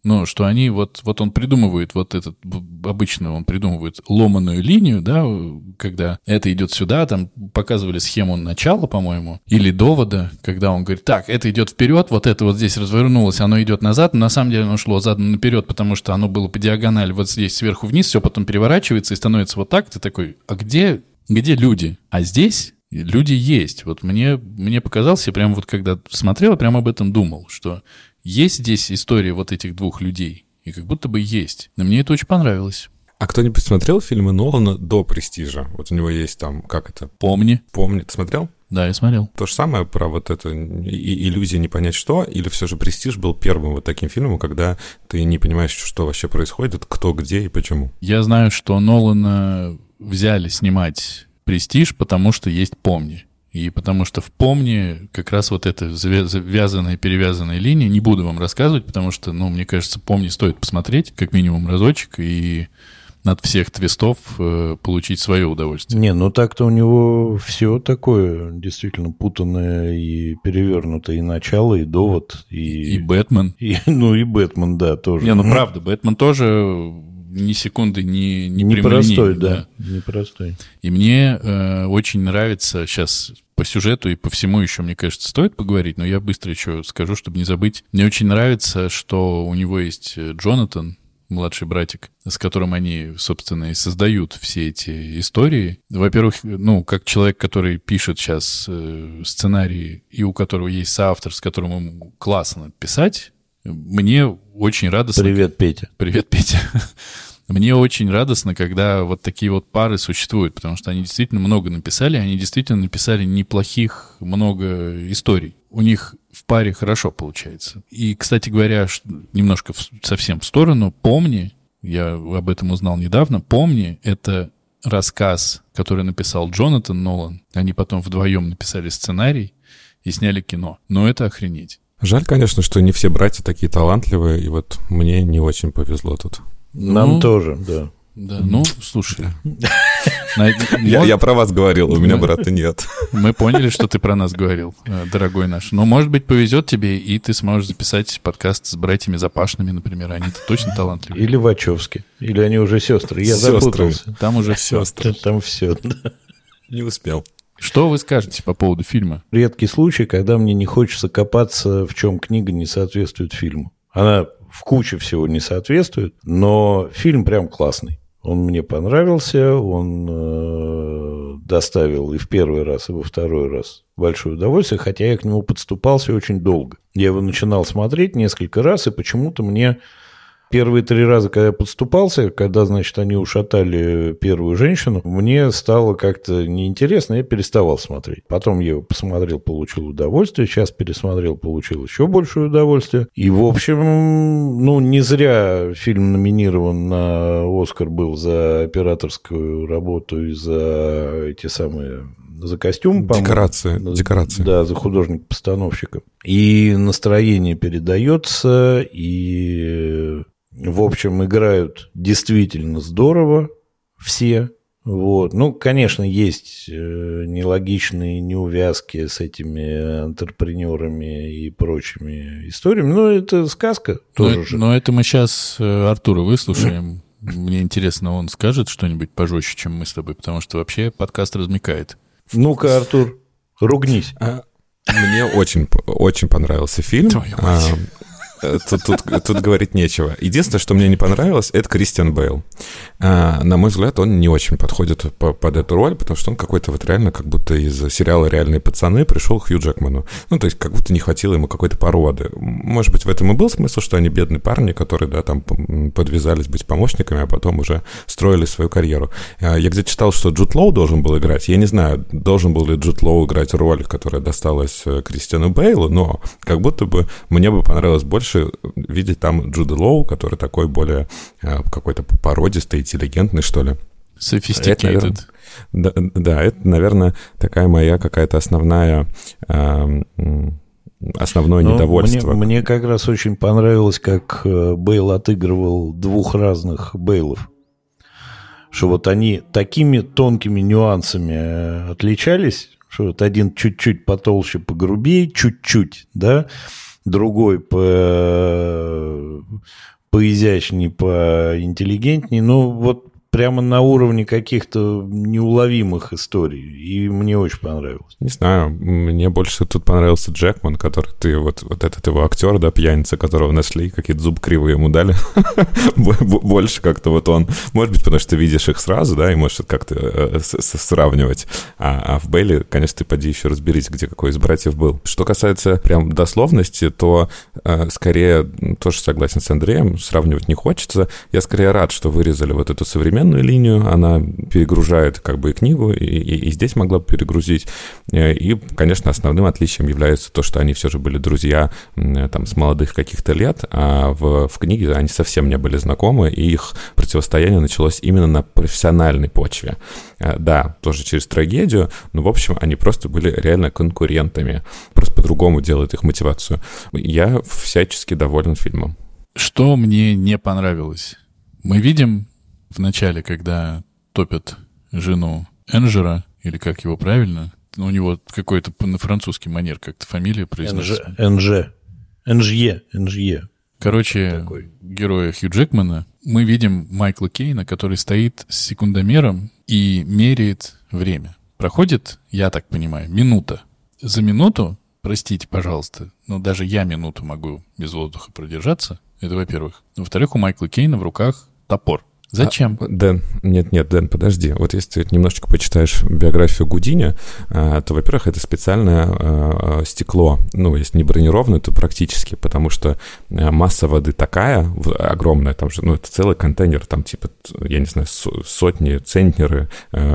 Ну, что они, вот, вот он придумывает вот этот, обычно он придумывает ломаную линию, да, когда это идет сюда, там показывали схему начала, по-моему, или довода, когда он говорит, так, это идет вперед, вот это вот здесь развернулось, оно идет назад, но на самом деле оно шло задом наперед, потому что оно было по диагонали вот здесь сверху вниз, все потом переворачивается и становится вот так, ты такой, а где, где люди? А здесь люди есть. Вот мне, мне показалось, я прямо вот когда смотрел, прямо об этом думал, что есть здесь история вот этих двух людей, и как будто бы есть. Но мне это очень понравилось. А кто-нибудь смотрел фильмы Нолана до «Престижа»? Вот у него есть там, как это? «Помни». «Помни». Ты смотрел? Да, я смотрел. То же самое про вот эту иллюзию не понять что, или все же «Престиж» был первым вот таким фильмом, когда ты не понимаешь, что вообще происходит, кто, где и почему? Я знаю, что Нолана взяли снимать «Престиж», потому что есть «Помни». И потому что в «Помни» как раз вот эта завязанная, перевязанная линия, не буду вам рассказывать, потому что, ну, мне кажется, «Помни» стоит посмотреть, как минимум разочек, и от всех твистов э, получить свое удовольствие. Не, ну так-то у него все такое действительно путанное и перевернутое, и начало, и довод, и... И «Бэтмен». И, ну, и «Бэтмен», да, тоже. Не, ну, правда, «Бэтмен» тоже... ни секунды не, не непростой, да, да, непростой. И мне э, очень нравится сейчас по сюжету и по всему еще, мне кажется, стоит поговорить, но я быстро еще скажу, чтобы не забыть. Мне очень нравится, что у него есть Джонатан, младший братик, с которым они, собственно, и создают все эти истории. Во-первых, ну, как человек, который пишет сейчас э, сценарии, и у которого есть соавтор, с которым ему классно писать, мне очень радостно... Привет, Петя. Привет, Петя. Мне очень радостно, когда вот такие вот пары существуют, потому что они действительно много написали, они действительно написали неплохих много историй. У них в паре хорошо получается. И, кстати говоря, немножко в, совсем в сторону, «Помни», я об этом узнал недавно, «Помни» — это рассказ, который написал Джонатан Нолан. Они потом вдвоем написали сценарий и сняли кино. Но это охренеть. Жаль, конечно, что не все братья такие талантливые, и вот мне не очень повезло тут. Нам ну, тоже, да. Да, ну, слушай. Я, я про вас говорил, у меня брата нет. Мы поняли, что ты про нас говорил, дорогой наш. Но, может быть, повезет тебе, и ты сможешь записать подкаст с братьями Запашными, например. Они-то точно талантливые. Или Вачовски. Или они уже сестры. Я Сестры. запутался. Там уже все. Там все, да. Не успел. Что вы скажете по поводу фильма? Редкий случай, когда мне не хочется копаться, в чем книга не соответствует фильму. Она в куче всего не соответствует, но фильм прям классный. Он мне понравился, он э, доставил и в первый раз, и во второй раз большое удовольствие, хотя я к нему подступался очень долго. Я его начинал смотреть несколько раз, и почему-то мне... Первые три раза, когда я подступался, когда, значит, они ушатали первую женщину, мне стало как-то неинтересно, я переставал смотреть. Потом я его посмотрел, получил удовольствие, сейчас пересмотрел, получил еще большее удовольствие. И, в общем, ну, не зря фильм номинирован на «Оскар» был за операторскую работу и за эти самые... за костюм, по-моему. Декорации, декорации. Да, за художника-постановщика. И настроение передается, и... В общем, играют действительно здорово все. Вот. Ну, конечно, есть нелогичные неувязки с этими антрепренерами и прочими историями, но это сказка тоже но, же. Но это мы сейчас Артура выслушаем. Мне интересно, он скажет что-нибудь пожестче, чем мы с тобой, потому что вообще подкаст размекает. Ну-ка, Артур, ругнись. А, мне очень, очень понравился фильм. Твою мать. Тут, тут, тут говорить нечего. Единственное, что мне не понравилось, это Кристиан Бейл. А, на мой взгляд, он не очень подходит по, под эту роль, потому что он какой-то вот реально как будто из сериала «Реальные пацаны» пришел к Хью Джекману. Ну, то есть как будто не хватило ему какой-то породы. Может быть, в этом и был смысл, что они бедные парни, которые, да, там подвязались быть помощниками, а потом уже строили свою карьеру. Я где-то читал, что Джуд Лоу должен был играть. Я не знаю, должен был ли Джуд Лоу играть роль, которая досталась Кристиану Бейлу, но как будто бы мне бы понравилось больше видеть там Джуда Лоу, который такой более какой-то породистый, интеллигентный, что ли. Sophisticated. Да, да, это, наверное, такая моя какая-то основная... основное ну, недовольство. Мне, мне как раз очень понравилось, как Бейл отыгрывал двух разных Бейлов. Что вот они такими тонкими нюансами отличались, что вот один чуть-чуть потолще, погрубее, чуть-чуть, да, другой по... поизящней, поинтеллигентней, но вот прямо на уровне каких-то неуловимых историй. И мне очень понравилось. Не знаю, мне больше тут понравился Джекман, который ты, вот, вот этот его актер, да, пьяница, которого нашли, какие-то зубы кривые ему дали. Больше как-то вот он, может быть, потому что ты видишь их сразу, да, и можешь как-то сравнивать. А в Бейле, конечно, ты поди еще разберись, где какой из братьев был. Что касается прям дословности, то скорее тоже согласен с Андреем, сравнивать не хочется. Я скорее рад, что вырезали вот эту современную линию, она перегружает как бы и книгу, и, и, и здесь могла бы перегрузить. И, конечно, основным отличием является то, что они все же были друзья там с молодых каких-то лет, а в, в книге они совсем не были знакомы, и их противостояние началось именно на профессиональной почве. Да, тоже через трагедию, но, в общем, они просто были реально конкурентами. Просто по-другому делает их мотивацию. Я всячески доволен фильмом. Что мне не понравилось? Мы видим в начале, когда топят жену Энджера, или как его правильно, у него какой-то на французский манер как-то фамилия произносится. Энже. Энжье. Энжье. Короче, такой героя Хью Джекмана, мы видим Майкла Кейна, который стоит с секундомером и меряет время. Проходит, я так понимаю, минута. За минуту, простите, пожалуйста, но даже я минуту могу без воздуха продержаться. Это во-первых. Во-вторых, у Майкла Кейна в руках топор. Зачем? А, Дэн, нет-нет, Дэн, подожди. Вот если ты немножечко почитаешь биографию Гудини, то, во-первых, это специальное э, стекло. Ну, если не бронированное, то практически, потому что масса воды такая огромная, там же, ну, это целый контейнер, там типа, я не знаю, сотни, центнеры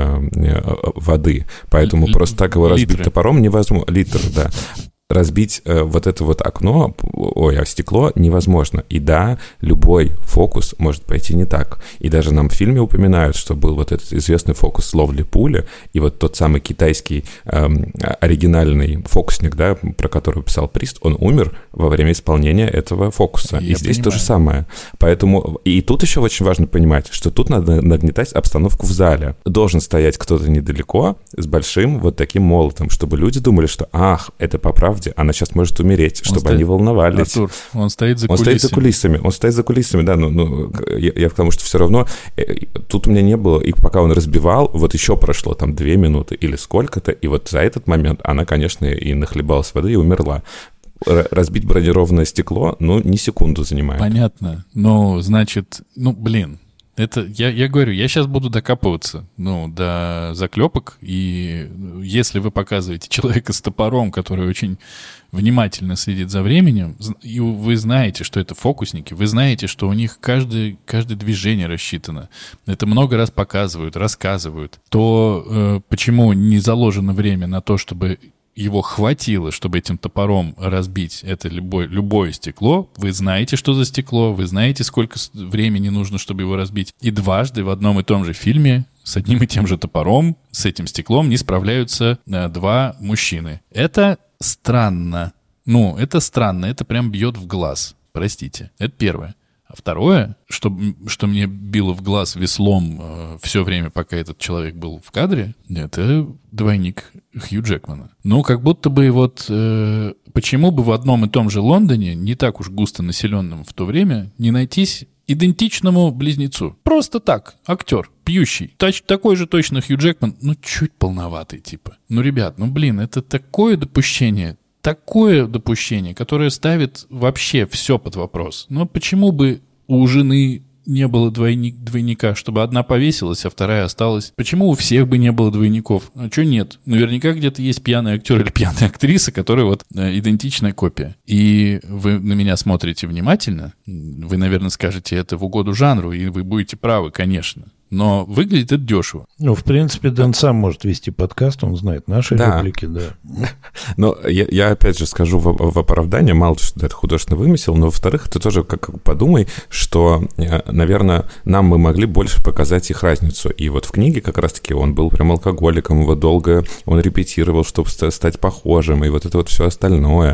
э, воды. Поэтому Л- просто так его разбить литры. Топором невозможно. Литр, да. Разбить э, вот это вот окно, ой, а стекло невозможно. И да, любой фокус может пойти не так. И даже нам в фильме упоминают, что был вот этот известный фокус с ловли пули, и вот тот самый китайский э, оригинальный фокусник, да, про которого писал Прист, он умер во время исполнения этого фокуса. Я и здесь понимаю. То же самое. Поэтому, и тут еще очень важно понимать, что тут надо нагнетать обстановку в зале. Должен стоять кто-то недалеко с большим вот таким молотом, чтобы люди думали, что, ах, это по правде, она сейчас может умереть, чтобы стоит, они волновались. Артур, он стоит за он кулисами. Он стоит за кулисами, он стоит за кулисами, да, ну, ну я, я потому что все равно, тут у меня не было, и пока он разбивал, вот еще прошло там две минуты или сколько-то, и вот за этот момент она, конечно, и нахлебалась воды и умерла. Разбить бронированное стекло, ну, не секунду занимает. Понятно, ну, значит, ну, блин, это, я, я говорю, я сейчас буду докапываться, ну, до заклепок, и если вы показываете человека с топором, который очень внимательно следит за временем, и вы знаете, что это фокусники, вы знаете, что у них каждое, каждое движение рассчитано, это много раз показывают, рассказывают, то э, почему не заложено время на то, чтобы его хватило, чтобы этим топором разбить это любое, любое стекло. Вы знаете, что за стекло, вы знаете, сколько времени нужно, чтобы его разбить. И дважды в одном и том же фильме с одним и тем же топором, с этим стеклом не справляются а, два мужчины. Это странно. Ну, это странно, это прям бьет в глаз. Простите. Это первое. А второе, что, что мне било в глаз веслом э, все время, пока этот человек был в кадре, это двойник Хью Джекмана. Ну, как будто бы вот э, почему бы в одном и том же Лондоне, не так уж густо населенном в то время, не найтись идентичному близнецу. Просто так, актер, пьющий. Тач, такой же точно Хью Джекман, ну, чуть полноватый типа. Ну, ребят, ну, блин, это такое допущение... Такое допущение, которое ставит вообще все под вопрос. Но почему бы у жены не было двойник, двойника, чтобы одна повесилась, а вторая осталась? Почему у всех бы не было двойников? А что нет? Наверняка где-то есть пьяный актер или пьяная актриса, которая вот э, идентичная копия. И вы на меня смотрите внимательно. Вы, наверное, скажете это в угоду жанру, и вы будете правы, конечно. Но выглядит это дешево. Ну, в принципе, Дэн сам может вести подкаст, он знает наши да. реплики, да. Но я, я опять же скажу в, в оправдание, мало что это художественно вымысел, но, во-вторых, ты тоже как подумай, что, наверное, нам мы могли больше показать их разницу. И вот в книге как раз-таки он был прям алкоголиком, его долго он репетировал, чтобы стать похожим, и вот это вот все остальное.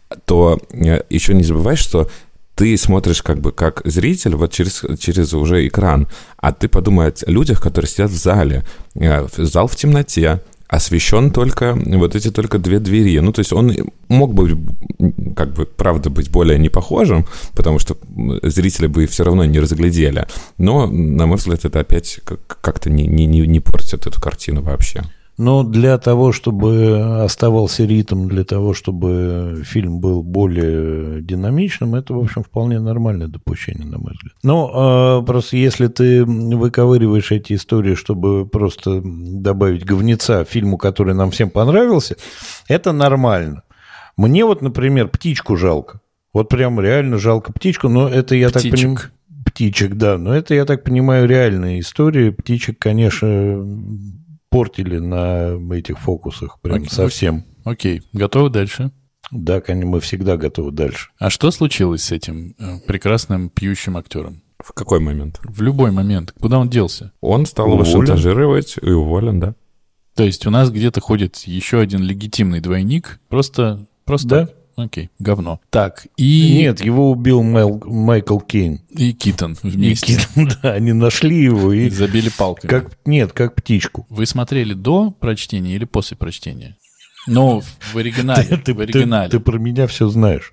То еще не забывай, что ты смотришь как бы как зритель вот через, через уже экран, а ты подумай о людях, которые сидят в зале. Зал в темноте, освещен только вот эти только две двери. Ну, то есть он мог бы, как бы, правда, быть более непохожим, потому что зрители бы все равно не разглядели. Но, на мой взгляд, это опять как-то не, не, не портит эту картину вообще. Но для того, чтобы оставался ритм, для того, чтобы фильм был более динамичным, это, в общем, вполне нормальное допущение, на мой взгляд. Но э, просто если ты выковыриваешь эти истории, чтобы просто добавить говнеца фильму, который нам всем понравился, это нормально. Мне вот, например, птичку жалко. Вот прям реально жалко птичку, но это я Птичек. так понимаю... Птичек, да. Но это, я так понимаю, реальная история. Птичек, конечно... портили на этих фокусах прям Окей. совсем. Окей, готовы дальше? Да, конечно, мы всегда готовы дальше. А что случилось с этим э, прекрасным пьющим актером? В какой момент? В любой момент. Куда он делся? Он стал его Уволен. шантажировать и уволен, да. То есть у нас где-то ходит еще один легитимный двойник. Просто... просто... Да. Окей, говно. Так, и... Нет, его убил Мэл- Майкл Кейн. И Китон И вместе. Китон, да, они нашли его и... Забили палками. Как, нет, как птичку. Вы смотрели до прочтения или после прочтения? Ну, в оригинале. Ты, ты- в оригинале. ты про меня все знаешь.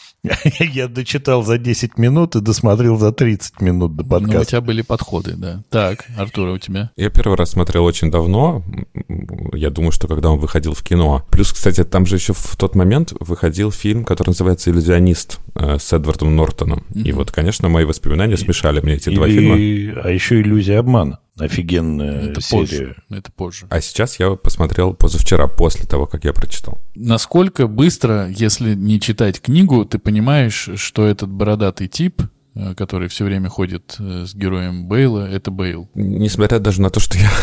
Я дочитал за десять минут и досмотрел за тридцать минут до Ну, у подкаста. тебя были подходы, да. Так, Артур, а у тебя? Я первый раз смотрел очень давно. Я думаю, что когда он выходил в кино. Плюс, кстати, там же еще в тот момент выходил фильм, который называется «Иллюзионист» э, с Эдвардом Нортоном. И вот, конечно, мои воспоминания смешали мне эти два фильма. Или- А еще «Иллюзия обмана». Офигенная Это серия. позже. Это позже. А сейчас я посмотрел позавчера, после того, как я прочитал. Насколько быстро, если не читать книгу, ты понимаешь, что этот бородатый тип, э, который все время ходит э, с героем Бейла, это Бейл? Несмотря даже на то, что я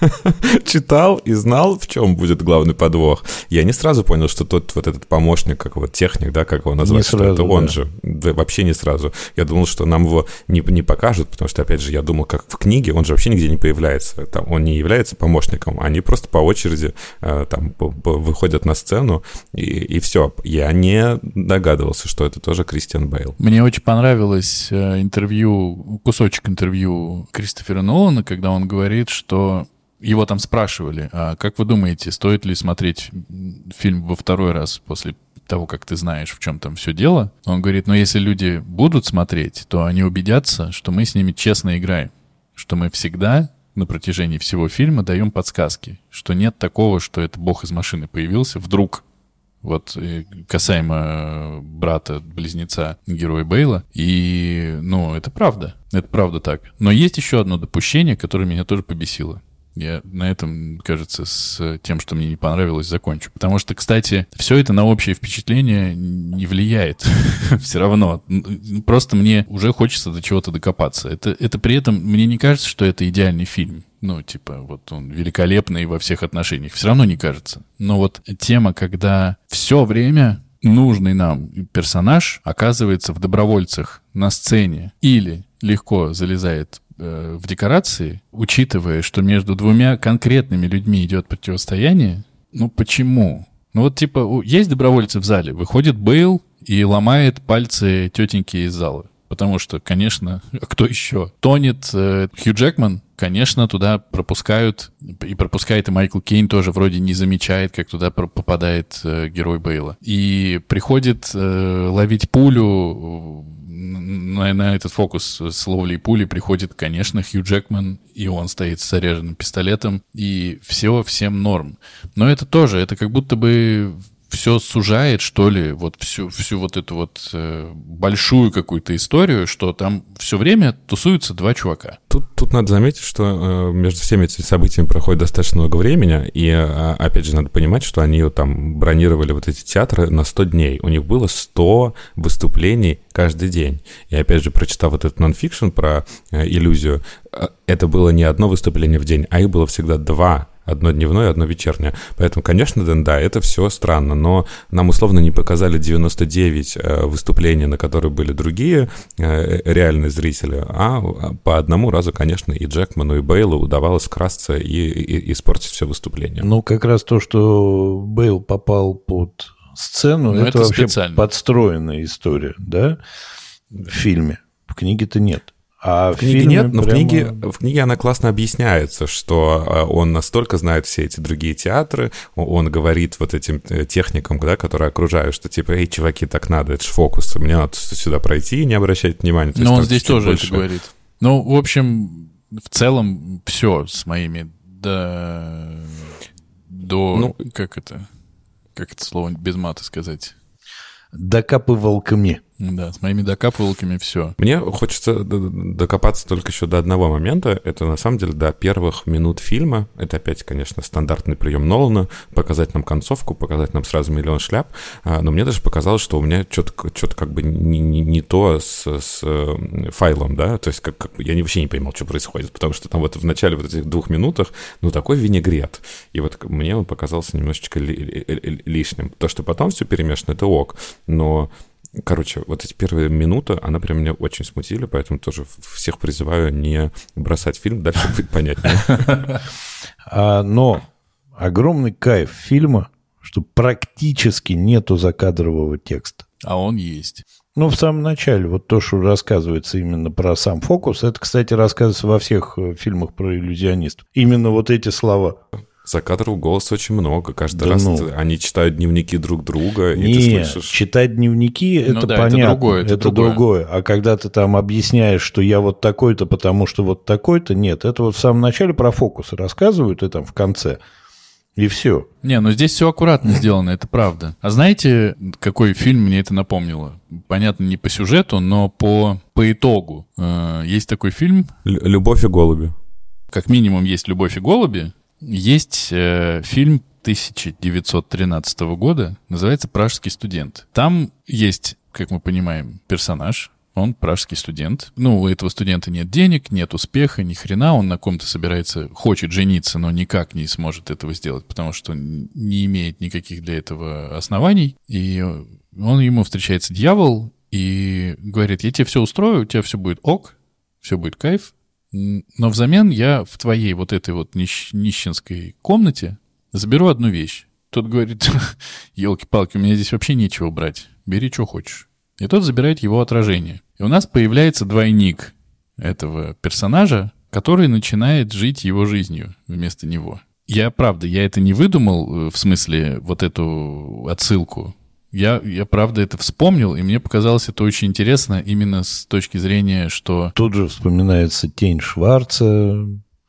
читал и знал, в чем будет главный подвох, я не сразу понял, что тот вот этот помощник, как вот техник, да, как его назвать, Не что сразу, это он да. же. Да, вообще не сразу. Я думал, что нам его не, не покажут, потому что, опять же, я думал, как в книге, он же вообще нигде не появляется. Там, он не является помощником, они просто по очереди э, там по- по- выходят на сцену, и, и все. Я не догадывался, что это тоже Кристиан Бейл. Мне очень понравилось э, интервью, кусочек интервью Кристофера Нолана, когда он говорит, что его там спрашивали, а как вы думаете, стоит ли смотреть фильм во второй раз после того, как ты знаешь, в чем там все дело? Он говорит, ну если люди будут смотреть, то они убедятся, что мы с ними честно играем, что мы всегда на протяжении всего фильма даем подсказки, что нет такого, что это бог из машины появился вдруг. Вот э, касаемо брата-близнеца героя Бейла. И, ну, это правда. Это правда так. Но есть еще одно допущение, которое меня тоже побесило. Я на этом, кажется, с тем, что мне не понравилось, закончу. Потому что, кстати, все это на общее впечатление не влияет все равно. Просто мне уже хочется до чего-то докопаться. Это, это при этом, мне не кажется, что это идеальный фильм. Ну, типа, вот он великолепный во всех отношениях. Все равно не кажется. Но вот тема, когда все время нужный нам персонаж оказывается в добровольцах на сцене или легко залезает в декорации, учитывая, что между двумя конкретными людьми идет противостояние, ну почему? Ну вот типа есть добровольцы в зале, выходит Бейл и ломает пальцы тетеньки из зала. Потому что, конечно, а кто еще? Тонет э, Хью Джекман, конечно, туда пропускают, и пропускает и Майкл Кейн тоже вроде не замечает, как туда попадает э, герой Бейла. И приходит э, ловить пулю, на, на этот фокус с ловлей пули приходит, конечно, Хью Джекман, и он стоит с заряженным пистолетом, и все, всем норм. Но это тоже, это как будто бы все сужает, что ли, вот всю, всю вот эту вот э, большую какую-то историю, что там все время тусуются два чувака. Тут, тут надо заметить, что э, между всеми этими событиями проходит достаточно много времени, и, э, опять же, надо понимать, что они там бронировали вот эти театры на сто дней. У них было сто выступлений каждый день. И, опять же, прочитав вот этот нонфикшн про э, иллюзию, э, это было не одно выступление в день, а их было всегда два. Одно дневное, одно вечернее. Поэтому, конечно, да, да, это все странно, но нам условно не показали девяносто девять э, выступлений, на которые были другие э, реальные зрители, а по одному разу, конечно, и Джекману, и Бейлу удавалось скрасться и, и, и испортить все выступление. Ну, как раз то, что Бейл попал под сцену, ну, это, это вообще специально. подстроенная история, да, в фильме. В книге-то нет. А в книге нет, но прямо... в, книге, в книге она классно объясняется, что он настолько знает все эти другие театры, он говорит вот этим техникам, да, которые окружают, что типа, эй, чуваки, так надо, это ж фокус, мне надо сюда пройти и не обращать внимания. Но он здесь тоже больше... это говорит. Ну, в общем, в целом все с моими до... до... Ну, как это? Как это слово без мата сказать? Докапывалками. Да, с моими докапывалками все. Мне хочется докопаться только еще до одного момента. Это, на самом деле, до первых минут фильма. Это опять, конечно, стандартный прием Нолана. Показать нам концовку, показать нам сразу миллион шляп. Но мне даже показалось, что у меня что-то, что-то как бы не, не, не то с, с файлом, да? То есть как, как, я вообще не понимал, что происходит. Потому что там вот в начале вот этих двух минутах, ну, такой винегрет. И вот мне он показался немножечко ли, ли, лишним. То, что потом все перемешано, это ок. Но... Короче, вот эти первые минуты, она прям меня очень смутили, поэтому тоже всех призываю не бросать фильм, дальше будет понятнее. Но огромный кайф фильма, что практически нету закадрового текста. А он есть. Ну, в самом начале, вот то, что рассказывается именно про сам фокус, это, кстати, рассказывается во всех фильмах про иллюзионистов. Именно вот эти слова. Закадрового голоса очень много. Каждый да раз ну. они читают дневники друг друга, не, и ты слышишь... читать дневники, это ну, да, понятно. Это другое. Это, это другое. другое. А когда ты там объясняешь, что я вот такой-то, потому что вот такой-то, нет. Это вот в самом начале про фокус рассказывают, и там в конце. И все. Не, ну здесь все аккуратно сделано, это правда. А знаете, какой фильм мне это напомнило? Понятно, не по сюжету, но по, по итогу. Есть такой фильм... «Любовь и голуби». Как минимум есть «Любовь и голуби». Есть э, фильм тысяча девятьсот тринадцатого года, называется «Пражский студент». Там есть, как мы понимаем, персонаж, он пражский студент. Ну, у этого студента нет денег, нет успеха, ни хрена, он на ком-то собирается, хочет жениться, но никак не сможет этого сделать, потому что не имеет никаких для этого оснований. И он ему встречается дьявол и говорит, я тебе все устрою, у тебя все будет ок, все будет кайф. Но взамен я в твоей вот этой вот нищ- нищенской комнате заберу одну вещь. Тот говорит, елки-палки, у меня здесь вообще нечего брать, бери, что хочешь. И тот забирает его отражение. И у нас появляется двойник этого персонажа, который начинает жить его жизнью вместо него. Я, правда, я это не выдумал, в смысле вот эту отсылку. Я, я, правда, это вспомнил, и мне показалось это очень интересно именно с точки зрения, что... Тут же вспоминается «Тень Шварца».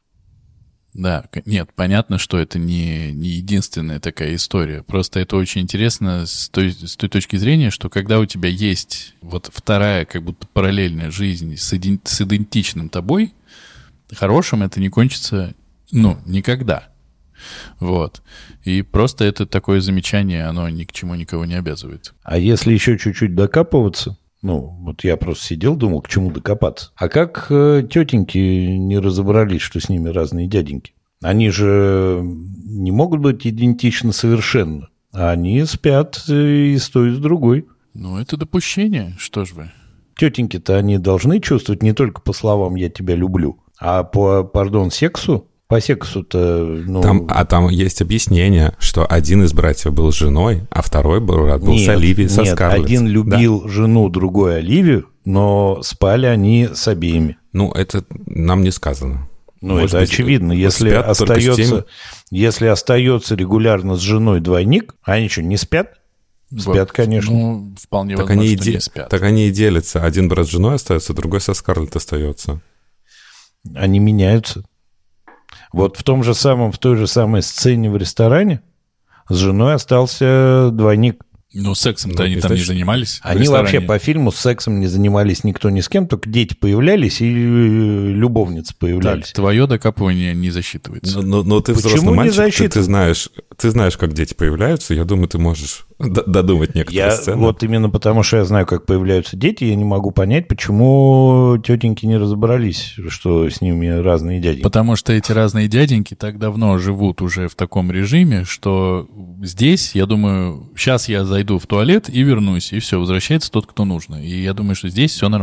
Да, нет, понятно, что это не, не единственная такая история. Просто это очень интересно с той, с той точки зрения, что когда у тебя есть вот вторая как будто параллельная жизнь с, иди, с идентичным тобой, хорошим это не кончится, ну, никогда. Вот. И просто это такое замечание, оно ни к чему никого не обязывает. А если еще чуть-чуть докапываться, ну, вот я просто сидел, думал, к чему докопаться. А как э, тетеньки не разобрались, что с ними разные дяденьки? Они же не могут быть идентичны совершенно. А они спят и с той, и с другой. Ну, это допущение, что ж вы. Тетеньки-то они должны чувствовать не только по словам «я тебя люблю», а по, пардон, сексу. По сексу-то... Ну... Там, а там есть объяснение, что один из братьев был с женой, а второй брат был нет, с Оливией, со нет, Скарлетт. Один любил да. жену, другой Оливию, но спали они с обеими. Ну, это нам не сказано. Ну, Может это быть, очевидно. Если остается, если остается регулярно с женой двойник, а они что, не спят? Спят, конечно. Ну, вполне так возможно, они что де... не спят. Так они и делятся. Один брат с женой остается, другой со Скарлетт остается. Они меняются. Вот в том же самом, в той же самой сцене в ресторане с женой остался двойник. Ну, сексом-то ну, они там не занимались. Они вообще по фильму с сексом не занимались никто ни с кем, только дети появлялись и любовницы появлялись. Так, твое докапывание не засчитывается. Но, но, но ты Почему взрослый мальчик, не ты, ты, знаешь, ты знаешь, как дети появляются, я думаю, ты можешь додумать некоторые я, сцены. Вот именно потому, что я знаю, как появляются дети, я не могу понять, почему тетеньки не разобрались, что с ними разные дяденьки. Потому что эти разные дяденьки так давно живут уже в таком режиме, что здесь, я думаю, сейчас я зайду в туалет и вернусь, и все, возвращается тот, кто нужно. И я думаю, что здесь все нормально.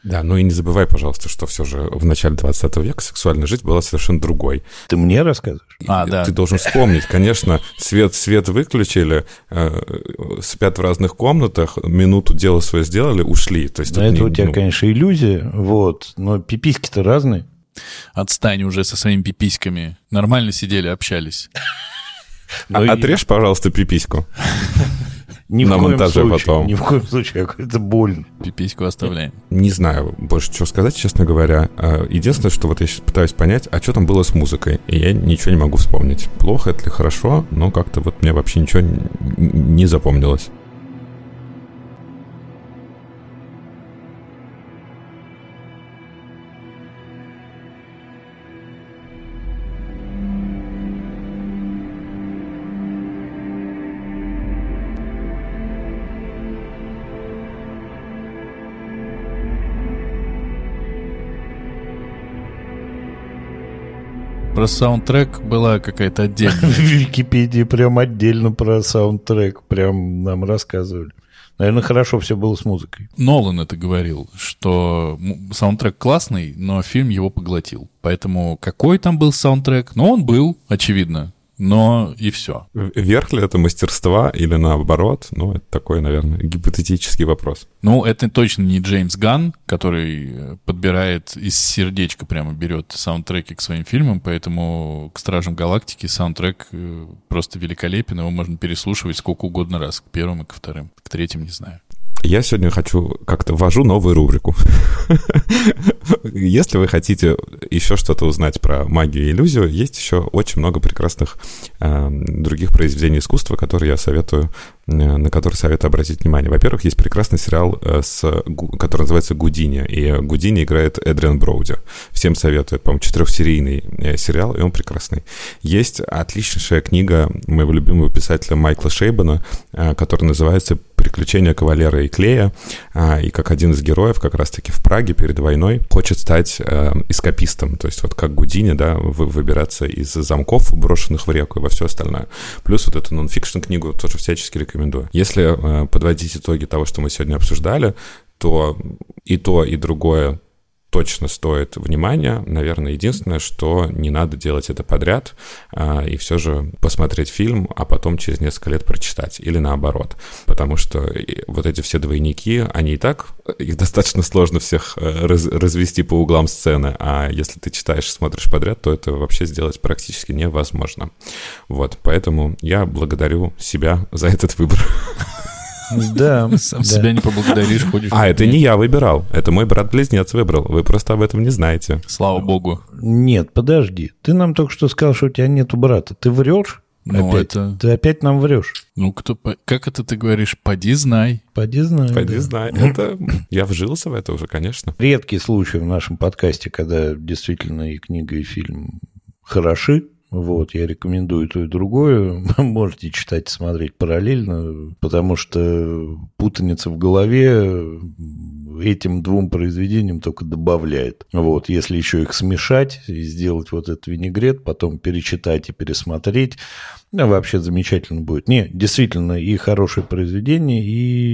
Да, ну и не забывай, пожалуйста, что все же в начале двадцатого века сексуальная жизнь была совершенно другой. Ты мне рассказываешь? А, да. Ты должен вспомнить, конечно, свет, свет выключили, э, спят в разных комнатах, минуту дело свое сделали, ушли. То есть, это не, у тебя, ну... конечно, иллюзия, вот, но пиписьки-то разные. Отстань уже со своими пиписьками. Нормально сидели, общались. А, и... Отрежь, пожалуйста, пипиську. Ни в на коем монтаже случае, потом. Ни в коем случае, это больно. Пипиську оставляем. Не знаю больше, что сказать, честно говоря. Единственное, что вот я сейчас пытаюсь понять, а что там было с музыкой, и я ничего не могу вспомнить. Плохо это ли хорошо, но как-то вот мне вообще ничего не запомнилось. Про саундтрек была какая-то отдельная. В Википедии прям отдельно про саундтрек прям нам рассказывали. Наверное, хорошо все было с музыкой. Нолан это говорил, что саундтрек классный, но фильм его поглотил. Поэтому какой там был саундтрек? Ну, он был, очевидно. Но и все. Верх ли это мастерства или наоборот? Ну, это такой, наверное, гипотетический вопрос. Ну, это точно не Джеймс Ганн, который подбирает из сердечка, прямо берет саундтреки к своим фильмам, поэтому к «Стражам Галактики» саундтрек просто великолепен, его можно переслушивать сколько угодно раз, к первым и ко вторым. К третьим не знаю. Я сегодня хочу как-то ввожу новую рубрику. Если вы хотите еще что-то узнать про магию и иллюзию, есть еще очень много прекрасных э, других произведений искусства, которые я советую, э, на которые советую обратить внимание. Во-первых, есть прекрасный сериал, э, с, который называется «Гудини», и Гудини играет Эдриан Броуди. Всем советую. Это, по-моему, четырехсерийный э, сериал, и он прекрасный. Есть отличнейшая книга моего любимого писателя Майкла Шейбана, э, которая называется «Приключения кавалера и Клея», и как один из героев как раз-таки в Праге перед войной хочет стать э, эскапистом, то есть вот как Гудини, да, вы, выбираться из замков, брошенных в реку и во все остальное. Плюс вот эту нон-фикшн книгу тоже всячески рекомендую. Если э, подводить итоги того, что мы сегодня обсуждали, то и то, и другое точно стоит внимания. Наверное, единственное, что не надо делать это подряд а, и все же посмотреть фильм, а потом через несколько лет прочитать. Или наоборот. Потому что вот эти все двойники, они и так, их достаточно сложно всех раз, развести по углам сцены, а если ты читаешь и смотришь подряд, то это вообще сделать практически невозможно. Вот, поэтому я благодарю себя за этот выбор. Да. Сам да. себя не поблагодаришь, ходишь. А, это не я выбирал, это мой брат-близнец выбрал. Вы просто об этом не знаете. Слава богу. Нет, подожди. Ты нам только что сказал, что у тебя нету брата. Ты врешь? Ну, опять? это... Ты опять нам врешь. Ну, кто... Как это ты говоришь? Поди знай. Поди знай. Поди да. знай. Это... Я вжился в это уже, конечно. Редкий случай в нашем подкасте, когда действительно и книга, и фильм хороши. Вот, я рекомендую то и другое. Можете читать и смотреть параллельно, потому что путаница в голове этим двум произведениям только добавляет. Вот, если еще их смешать и сделать вот этот винегрет, потом перечитать и пересмотреть, ну, вообще замечательно будет. Не, действительно, и хорошее произведение,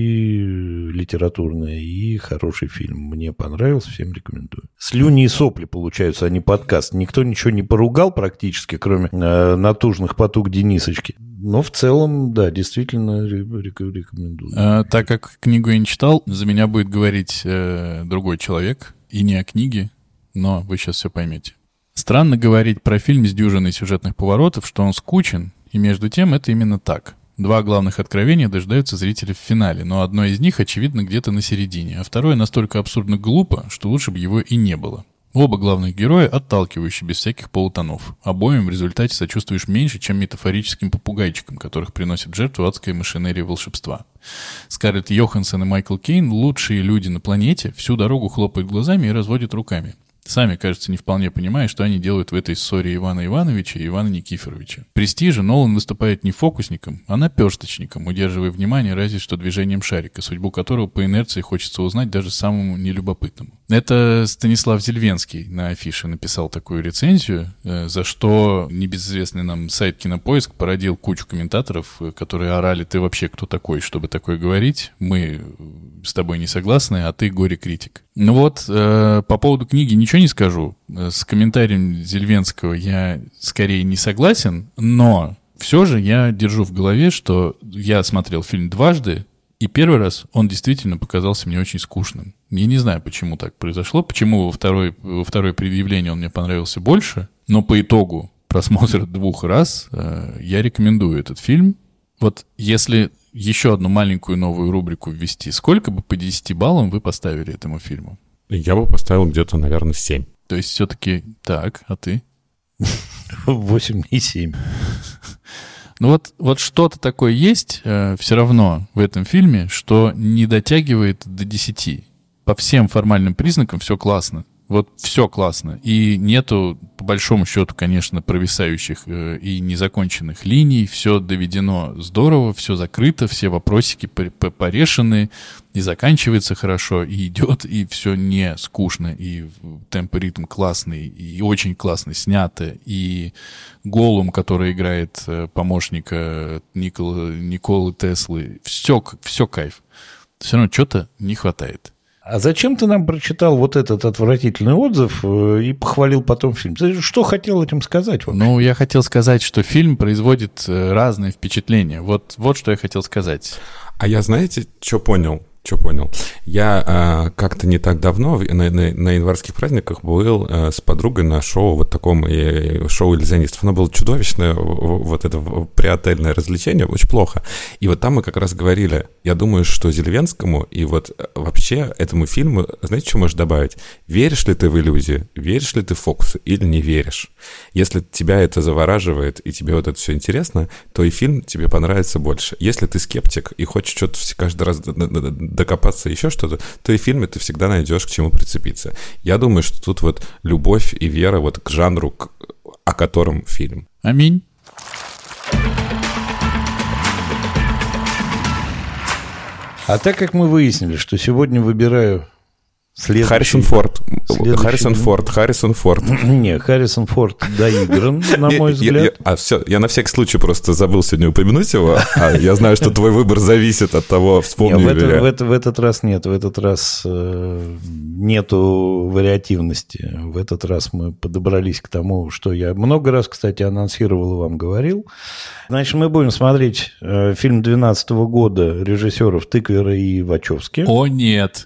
и литературное, и хороший фильм. Мне понравился, всем рекомендую. Слюни и сопли получаются, а не подкаст. Никто ничего не поругал практически, кроме э, натужных потуг Денисочки. Но в целом, да, действительно рекомендую. А, так как книгу я не читал, за меня будет говорить э, другой человек, и не о книге, но вы сейчас все поймете. Странно говорить про фильм с дюжиной сюжетных поворотов, что он скучен, и между тем это именно так. Два главных откровения дожидаются зрителя в финале, но одно из них, очевидно, где-то на середине, а второе настолько абсурдно глупо, что лучше бы его и не было. Оба главных героя отталкивающие, без всяких полутонов. Обоим в результате сочувствуешь меньше, чем метафорическим попугайчикам, которых приносит в жертву адская машинерия волшебства. Скарлетт Йоханссон и Майкл Кейн, лучшие люди на планете, всю дорогу хлопают глазами и разводят руками. Сами, кажется, не вполне понимая, что они делают в этой ссоре Ивана Ивановича и Ивана Никифоровича. В «Престиже» Нолан выступает не фокусником, а наперсточником, удерживая внимание разве что движением шарика, судьбу которого по инерции хочется узнать даже самому нелюбопытному. Это Станислав Зельвенский на афише написал такую рецензию, за что небезызвестный нам сайт «Кинопоиск» породил кучу комментаторов, которые орали: «Ты вообще кто такой, чтобы такое говорить? Мы с тобой не согласны, а ты горе-критик». Ну вот, э, по поводу книги ничего не скажу. С комментарием Зельвенского я скорее не согласен, но все же я держу в голове, что я смотрел фильм дважды, и первый раз он действительно показался мне очень скучным. Я не знаю, почему так произошло, почему во, второй, во второе предъявление он мне понравился больше, но по итогу просмотра двух раз э, я рекомендую этот фильм. Вот если еще одну маленькую новую рубрику ввести, сколько бы по десяти баллам вы поставили этому фильму? Я бы поставил где-то, наверное, семь. То есть все-таки так, а ты? восемь и семь. Ну вот, вот что-то такое есть э, все равно в этом фильме, что не дотягивает до десяти. По всем формальным признакам все классно. Вот все классно. И нету, по большому счету, конечно, провисающих э, и незаконченных линий. Все доведено здорово, все закрыто, все вопросики порешены, и заканчивается хорошо, и идет, и все не скучно, и темп и ритм классный, и очень классно снято, и Голлум, который играет помощника Никола, Николы Теслы, все, все кайф. Все равно что-то не хватает. А зачем ты нам прочитал вот этот отвратительный отзыв и похвалил потом фильм? Ты что хотел этим сказать вообще? Ну, я хотел сказать, что фильм производит разные впечатления. Вот, вот что я хотел сказать. А я, знаете, что понял? Что понял? Я а, как-то не так давно на, на, на январских праздниках был а, с подругой на шоу, вот таком и, шоу иллюзионистов. Оно было чудовищное, вот это приотельное развлечение, очень плохо. И вот там мы как раз говорили, я думаю, что Зельвенскому и вот вообще этому фильму, знаете, что можешь добавить? Веришь ли ты в иллюзии? Веришь ли ты в фокусы или не веришь? Если тебя это завораживает и тебе вот это все интересно, то и фильм тебе понравится больше. Если ты скептик и хочешь что-то каждый раз докопаться еще что-то, то и в фильме ты всегда найдешь к чему прицепиться. Я думаю, что тут вот любовь и вера вот к жанру, к, о котором фильм. Аминь. А так как мы выяснили, что сегодня выбираю следующий... Харрисон Форд. Следующий... Харрисон Форд. Харрисон Форд. Не, Харрисон Форд доигран, на мой взгляд. Я, я, а все, я на всякий случай просто забыл сегодня упомянуть его, а я знаю, что твой выбор зависит от того, вспомнил ли я. В, это, в этот раз нет, в этот раз э, нету вариативности. В этот раз мы подобрались к тому, что я много раз, кстати, анонсировал и вам говорил. Значит, мы будем смотреть э, фильм две тысячи двенадцатого года режиссеров Тыквера и Вачовски. О, нет!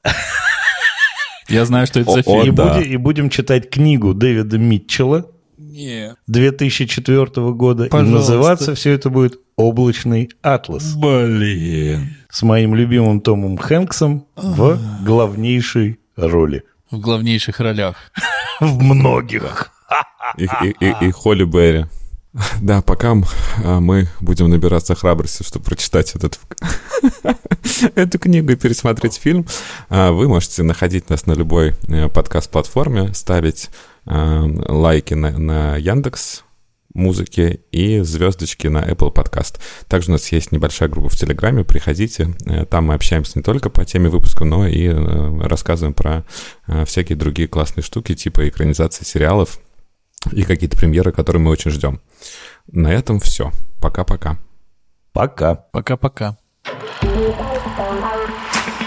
Я знаю, что это за О, фильм. И, да. будем, и будем читать книгу Дэвида Митчелла Нет. две тысячи четвёртого года. Пожалуйста. И называться все это будет «Облачный атлас». Блин. С моим любимым Томом Хэнксом в главнейшей роли. В главнейших ролях. В многих. И, и, и, и Холли Берри. Да, пока мы будем набираться храбрости, чтобы прочитать этот, эту книгу и пересмотреть фильм, вы можете находить нас на любой подкаст-платформе, ставить лайки на, на Яндекс.Музыке и звездочки на Apple Podcast. Также у нас есть небольшая группа в Телеграме, приходите, там мы общаемся не только по теме выпуска, но и рассказываем про всякие другие классные штуки, типа экранизации сериалов и какие-то премьеры, которые мы очень ждем. На этом все. Пока-пока. Пока. Пока-пока.